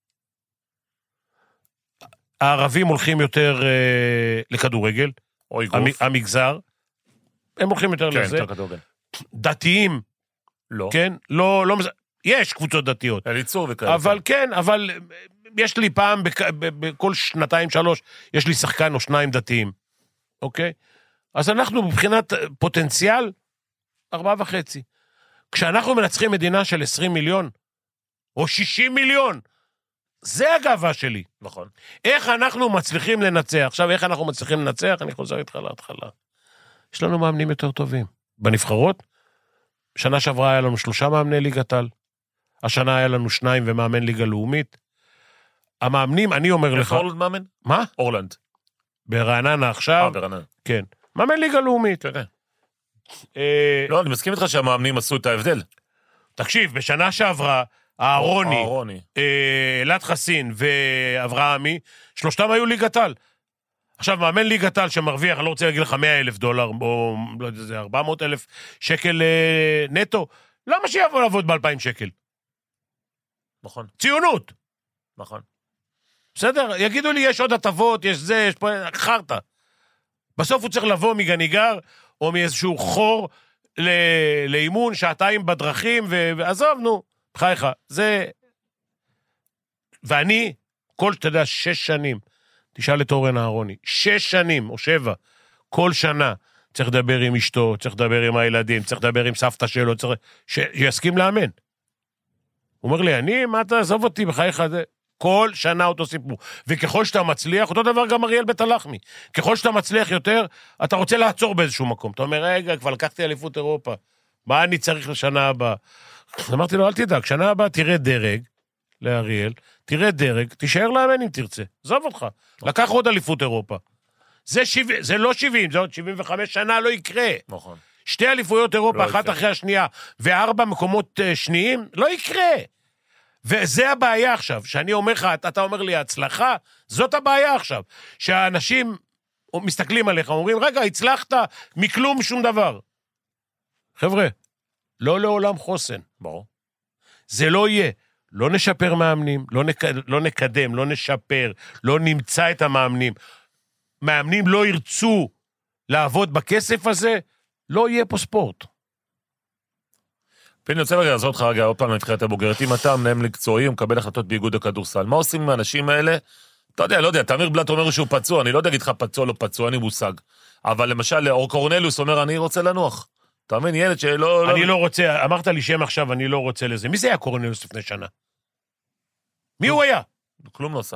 הערבים הולכים יותר אה, לכדורגל, או איגוף. המ, המגזר, הם הולכים יותר כן, לזה. יותר כדורגל. דתיים, לא. כן, לא, לא, יש קבוצות דתיות. אליצור וכאלה. אבל כן, אבל יש לי פעם, בק, ב, בכל שנתיים, שלוש, יש לי שחקן או שניים דתיים, אוקיי? אז אנחנו מבחינת פוטנציאל, ארבעה וחצי. כשאנחנו מנצחים מדינה של עשרים מיליון, או שישים מיליון, זה הגאווה שלי. נכון. איך אנחנו מצליחים לנצח? עכשיו, איך אנחנו מצליחים לנצח? אני חוזר איתך להתחלה. יש לנו מאמנים יותר טובים. בנבחרות, שנה שעברה היה לנו שלושה מאמני ליגת העל, השנה היה לנו שניים ומאמן ליגה לאומית. המאמנים, אני אומר לך... איך אורלנד מאמן? מה? אורלנד. ברעננה עכשיו. אה, ברעננה. כן. מאמן ליגה לאומית. כן. אה, לא, אני מסכים איתך שהמאמנים עשו את ההבדל. תקשיב, בשנה שעברה, אהרוני, אהרוני. אלעד חסין ואברהמי, שלושתם היו ליגת העל. עכשיו, מאמן ליגת העל שמרוויח, אני לא רוצה להגיד לך מאה אלף דולר, או לא יודע, זה ארבע מאות אלף שקל נטו, למה שיבוא לעבוד ב-אלפיים שקל? נכון. ציונות. נכון. בסדר? יגידו לי, יש עוד הטבות, יש זה, יש פה, חרטה. בסוף הוא צריך לבוא מגניגר, או מאיזשהו חור לאימון, שעתיים בדרכים, ועזוב, נו, בחייך. זה... ואני, כל, אתה יודע, שש שנים, תשאל את אורן אהרוני, שש שנים או שבע, כל שנה צריך לדבר עם אשתו, צריך לדבר עם הילדים, צריך לדבר עם סבתא שלו, צריך... שיסכים לאמן. הוא אומר לי, אני, מה אתה עזוב אותי בחייך זה? כל שנה אותו סיפור. וככל שאתה מצליח, אותו דבר גם אריאל בית הלחמי. ככל שאתה מצליח יותר, אתה רוצה לעצור באיזשהו מקום. אתה אומר, רגע, כבר לקחתי אליפות אירופה. מה אני צריך לשנה הבאה? אמרתי לו, אל תדאג, שנה הבאה תראה דרג לאריאל, תראה דרג, תישאר לאמן אם תרצה. עזוב אותך. לקח עוד אליפות אירופה. זה, שבע, זה לא שבעים, זה עוד שבעים וחמש שנה לא יקרה. נכון. שתי אליפויות אירופה, לא אחת יקרה. אחרי השנייה, וארבע מקומות שניים, לא יקרה. וזה הבעיה עכשיו, שאני אומר לך, אתה אומר לי, הצלחה, זאת הבעיה עכשיו, שהאנשים מסתכלים עליך, אומרים, רגע, הצלחת מכלום שום דבר. חבר'ה, לא לעולם חוסן. ברור. זה לא יהיה. לא נשפר מאמנים, לא, נק... לא נקדם, לא נשפר, לא נמצא את המאמנים. מאמנים לא ירצו לעבוד בכסף הזה, לא יהיה פה ספורט. פיני, רוצה רגע לעזור אותך רגע, עוד פעם נתחיל את הבוגרת, אם אתה מנהל מקצועי, הוא מקבל החלטות באיגוד הכדורסל, מה עושים עם האנשים האלה? אתה יודע, לא יודע, תמיר בלט אומר שהוא פצוע, אני לא יודע להגיד לך פצוע לא פצוע, אין לי מושג. אבל למשל, אור קורנליוס אומר, אני רוצה לנוח. אתה מבין, ילד שלא... אני לא רוצה, אמרת לי שם עכשיו, אני לא רוצה לזה. מי זה היה קורנליוס לפני שנה? מי הוא היה? כלום לא עושה.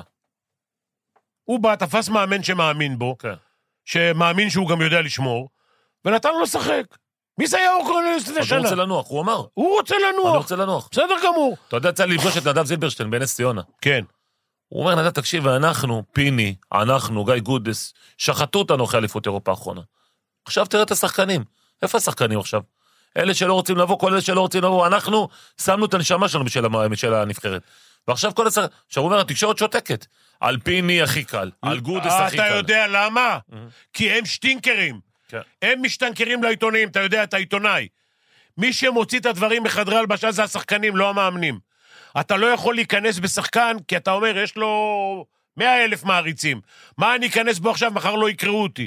הוא בא, תפס מאמן שמאמין בו, שמאמין שהוא גם יודע לשמור, ונתן לו לשחק. מי זה היה אור קורנליוס לפני שנה? הוא רוצה לנוח, הוא אמר. הוא רוצה לנוח. אני רוצה לנוח. בסדר גמור. אתה יודע, צריך לפגוש את נדב זילברשטיין בנס ציונה. כן. הוא אומר, נדב, תקשיב, ואנחנו, פיני, אנחנו, גיא גודס, שחטו אותנו אחרי אליפות אירופה האחרונה. עכשיו תראה את השחקנים. איפה השחקנים עכשיו? אלה שלא רוצים לבוא, כל אלה שלא רוצים לבוא, אנחנו שמנו את הנשמה שלנו בשביל הנבחרת. ועכשיו כל השחקנים, עכשיו הוא אומר, התקשורת שותקת. על פיני הכי קל, על גודס הכי קל. אתה יודע למה? כי הם שטינקרים. הם משתנקרים לעיתונאים, אתה יודע, אתה עיתונאי. מי שמוציא את הדברים מחדרי הלבשה זה השחקנים, לא המאמנים. אתה לא יכול להיכנס בשחקן, כי אתה אומר, יש לו מאה אלף מעריצים. מה אני אכנס בו עכשיו, מחר לא יקראו אותי.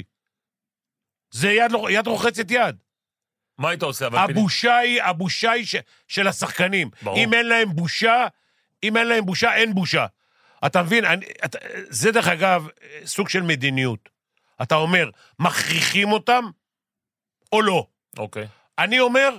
זה יד, יד רוחצת יד. מה היית עושה? הבושה היא, הבושה היא ש, של השחקנים. ברור. אם אין להם בושה, אם אין להם בושה, אין בושה. אתה מבין, אני, אתה, זה דרך אגב סוג של מדיניות. אתה אומר, מכריחים אותם או לא? אוקיי. אני אומר,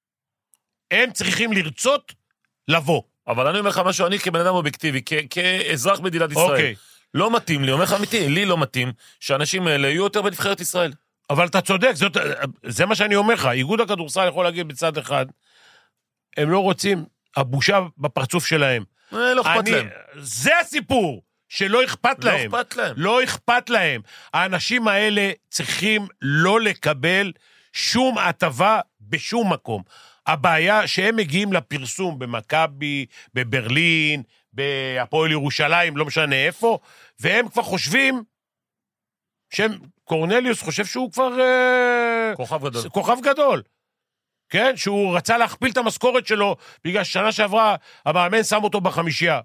הם צריכים לרצות לבוא. אבל אני אומר לך משהו, אני כבן אדם אובייקטיבי, כ- כאזרח מדינת ישראל, אוקיי. לא מתאים לי, אומר לך אמיתי, לי לא מתאים, שאנשים האלה יהיו יותר בנבחרת ישראל. אבל אתה צודק, זאת, זה מה שאני אומר לך, איגוד הכדורסל יכול להגיד בצד אחד, הם לא רוצים, הבושה בפרצוף שלהם. אה, לא אכפת אני, להם. זה הסיפור, שלא אכפת לא להם. אכפת להם. לא אכפת להם. האנשים האלה צריכים לא לקבל שום הטבה בשום מקום. הבעיה שהם מגיעים לפרסום במכבי, בברלין, בהפועל ירושלים, לא משנה איפה, והם כבר חושבים, שהם, קורנליוס חושב שהוא כבר... כוכב גדול. כוכב גדול. כן? שהוא רצה להכפיל את המשכורת שלו, בגלל ששנה שעברה, המאמן שם אותו בחמישייה.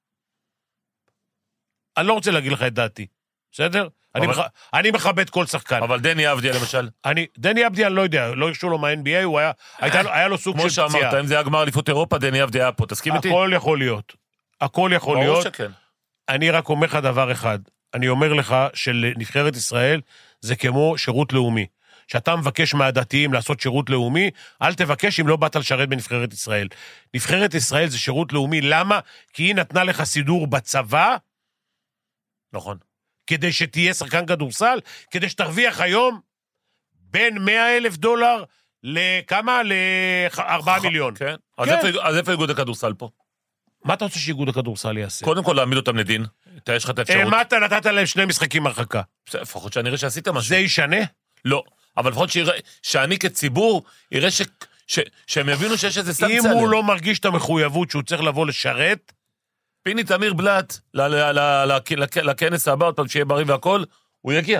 אני לא רוצה להגיד לך את דעתי. בסדר? אבל... אני, מח... אני מכבד כל שחקן. אבל דני אבדיה למשל. אני, דני אבדיה, אני לא יודע, לא הרשו לו מה-אן בי איי, הוא היה, הייתה לו, היה לו סוג של פציעה. כמו שאמרת, אם זה היה גמר אליפות אירופה, דני אבדיה היה פה, תסכים איתי? הכל יכול להיות. הכל יכול להיות. ברור שכן. אני רק אומר לך דבר אחד. אני אומר לך שלנבחרת ישראל זה כמו שירות לאומי. שאתה מבקש מהדתיים לעשות שירות לאומי, אל תבקש אם לא באת לשרת בנבחרת ישראל. נבחרת ישראל זה שירות לאומי, למה? כי היא נתנה לך סידור בצבא, נכון. כדי שתהיה שחקן כדורסל, כדי שתרוויח היום בין מאה אלף דולר לכמה? לארבעה מיליון. כן. אז איפה איגוד הכדורסל פה? מה אתה רוצה שאיגוד הכדורסל יעשה? קודם כל להעמיד אותם לדין. יש לך את האפשרות. מה אתה נתת להם שני משחקים הרחקה? לפחות שאני אראה שעשית משהו. זה ישנה? לא. אבל לפחות שאני כציבור יראה שהם יבינו שיש איזה סנקציה. אם הוא לא מרגיש את המחויבות שהוא צריך לבוא לשרת, פיני תמיר בלט לכנס הבא, עוד פעם שיהיה בריא והכל, הוא יגיע.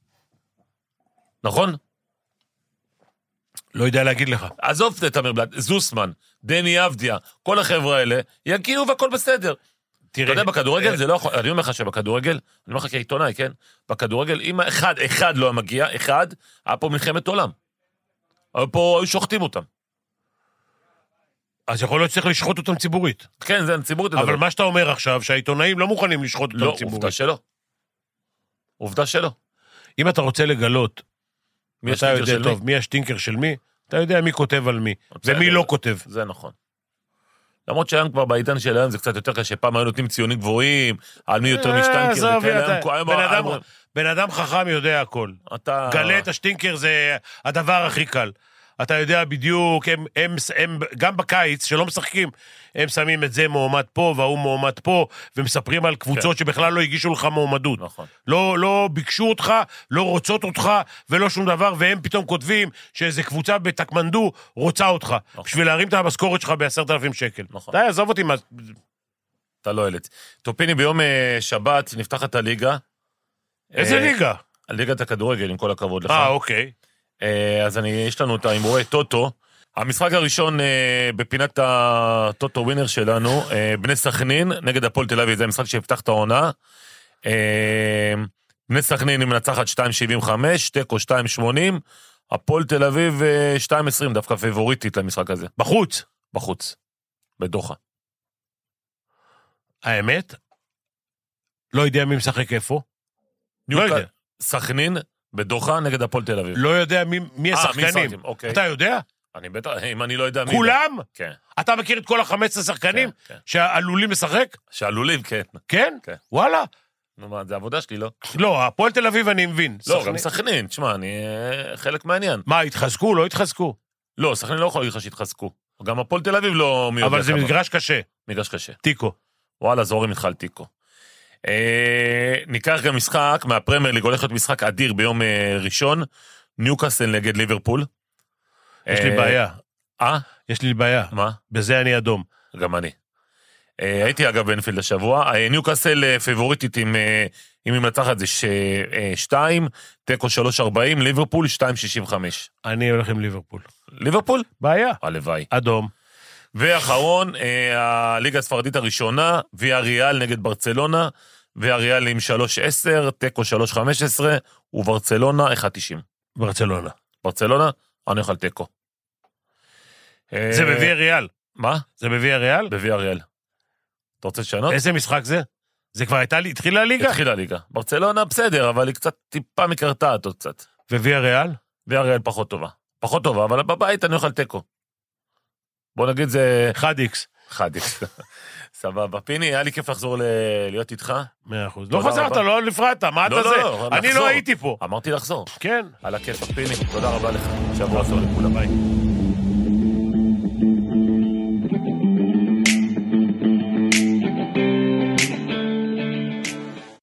נכון? לא יודע להגיד לך. עזוב את תמיר בלט, זוסמן, דני אבדיה, כל החבר'ה האלה, יגיעו והכל בסדר. אתה יודע, בכדורגל זה לא יכול, אני אומר לך שבכדורגל, אני אומר לך כעיתונאי, כן? בכדורגל, אם אחד, אחד לא מגיע, אחד, היה פה מלחמת עולם. אבל פה היו שוחטים אותם. אז יכול להיות שצריך לשחוט אותם ציבורית. כן, זה ציבורית. אבל מה שאתה אומר עכשיו, שהעיתונאים לא מוכנים לשחוט אותם ציבורית. לא, עובדה שלא. עובדה שלא. אם אתה רוצה לגלות, אתה יודע טוב, מי השטינקר של מי, אתה יודע מי כותב על מי, ומי לא כותב. זה נכון. למרות שהיום כבר בעידן של היום זה קצת יותר קשה, פעם היו נותנים ציונים גבוהים, על מי יותר משטינקר. בן אדם חכם יודע הכל. גלה את השטינקר זה הדבר הכי קל. אתה יודע בדיוק, הם, הם, הם, גם בקיץ שלא משחקים, הם שמים את זה מועמד פה, והוא מועמד פה, ומספרים על קבוצות כן. שבכלל לא הגישו לך מועמדות. נכון. לא, לא ביקשו אותך, לא רוצות אותך, ולא שום דבר, והם פתאום כותבים שאיזו קבוצה בתקמנדו רוצה אותך, נכון. בשביל להרים את המשכורת שלך בעשרת אלפים שקל. נכון. די, עזוב אותי מה... אתה לא ילד. טופיני, ביום שבת נפתחת הליגה. איזה ליגה? הליגת הכדורגל, עם כל הכבוד לך. אה, אוקיי. אז אני, יש לנו את האימורי טוטו. המשחק הראשון בפינת הטוטו ווינר שלנו, בני סכנין, נגד הפועל תל אביב, זה המשחק שהפתח את העונה. בני סכנין מנצחת שתיים שבעים וחמש, טקו שתיים שמונים, הפועל תל אביב שתיים עשרים, דווקא פייבוריטית למשחק הזה. בחוץ? בחוץ, בדוחה. האמת, לא יודע מי משחק איפה. לא יודע. סכנין בדוחה נגד הפועל תל אביב. לא יודע מי, מי השחקנים. אוקיי. אתה יודע? אני בטח, אם אני לא יודע מי... כולם? כן. אתה מכיר את כל ה-חמש עשרה שחקנים? כן, כן. שעלולים לשחק? שעלולים, כן. כן? כן. וואלה. נו מה, זה עבודה שלי, לא? לא, הפועל תל אביב אני מבין. לא, סכנין. גם סכנין, תשמע, אני חלק מעניין. מה, התחזקו? לא התחזקו? לא, סכנין לא יכול להגיד לך שהתחזקו. גם הפועל תל אביב לא... אבל זה מגרש קשה. מגרש קשה. טיקו. וואלה, זורים איתך על טיקו. אה, ניקח גם משחק מהפרמייר ליג, הולך להיות משחק אדיר ביום אה, ראשון, ניוקאסל נגד ליברפול. יש לי אה, בעיה. אה? יש לי בעיה. מה? בזה אני אדום. גם אני. אה, הייתי אגב באנפילד השבוע, אה, ניוקאסל אה, פייבוריטית עם, אה, עם מנצחת זה ש, אה, שתיים, טקו שלוש ארבעים, ליברפול שתיים שישים וחמש. אני הולך עם ליברפול. ליברפול? בעיה. הלוואי. אדום. ואחרון, אה, הליגה הספרדית הראשונה, ויה ריאל נגד ברצלונה, ויה ריאל עם שלוש עשר, טקו שלוש חמש עשרה, וברצלונה אחד תשעים. ברצלונה. ברצלונה, אני אוכל טקו. זה בוויה ריאל. מה? זה בוויה ריאל? בוויה ריאל. אתה רוצה לשנות? איזה משחק זה? זה כבר הייתה, התחילה הליגה? התחילה הליגה. ברצלונה בסדר, אבל היא קצת טיפה מקרטעת עוד קצת. וויה ריאל? ויה ריאל פחות טובה. פחות טובה, אבל בבית אני אוכל טקו. בוא נגיד זה... אחד איקס. אחד איקס. סבבה. פיני, היה לי כיף לחזור להיות איתך. מאה אחוז. לא חזרת, לא נפרדת, מה אתה זה? אני לא הייתי פה. אמרתי לחזור. כן. על הכיף, פיני. תודה רבה לך. שבוע טוב לכולם. ביי.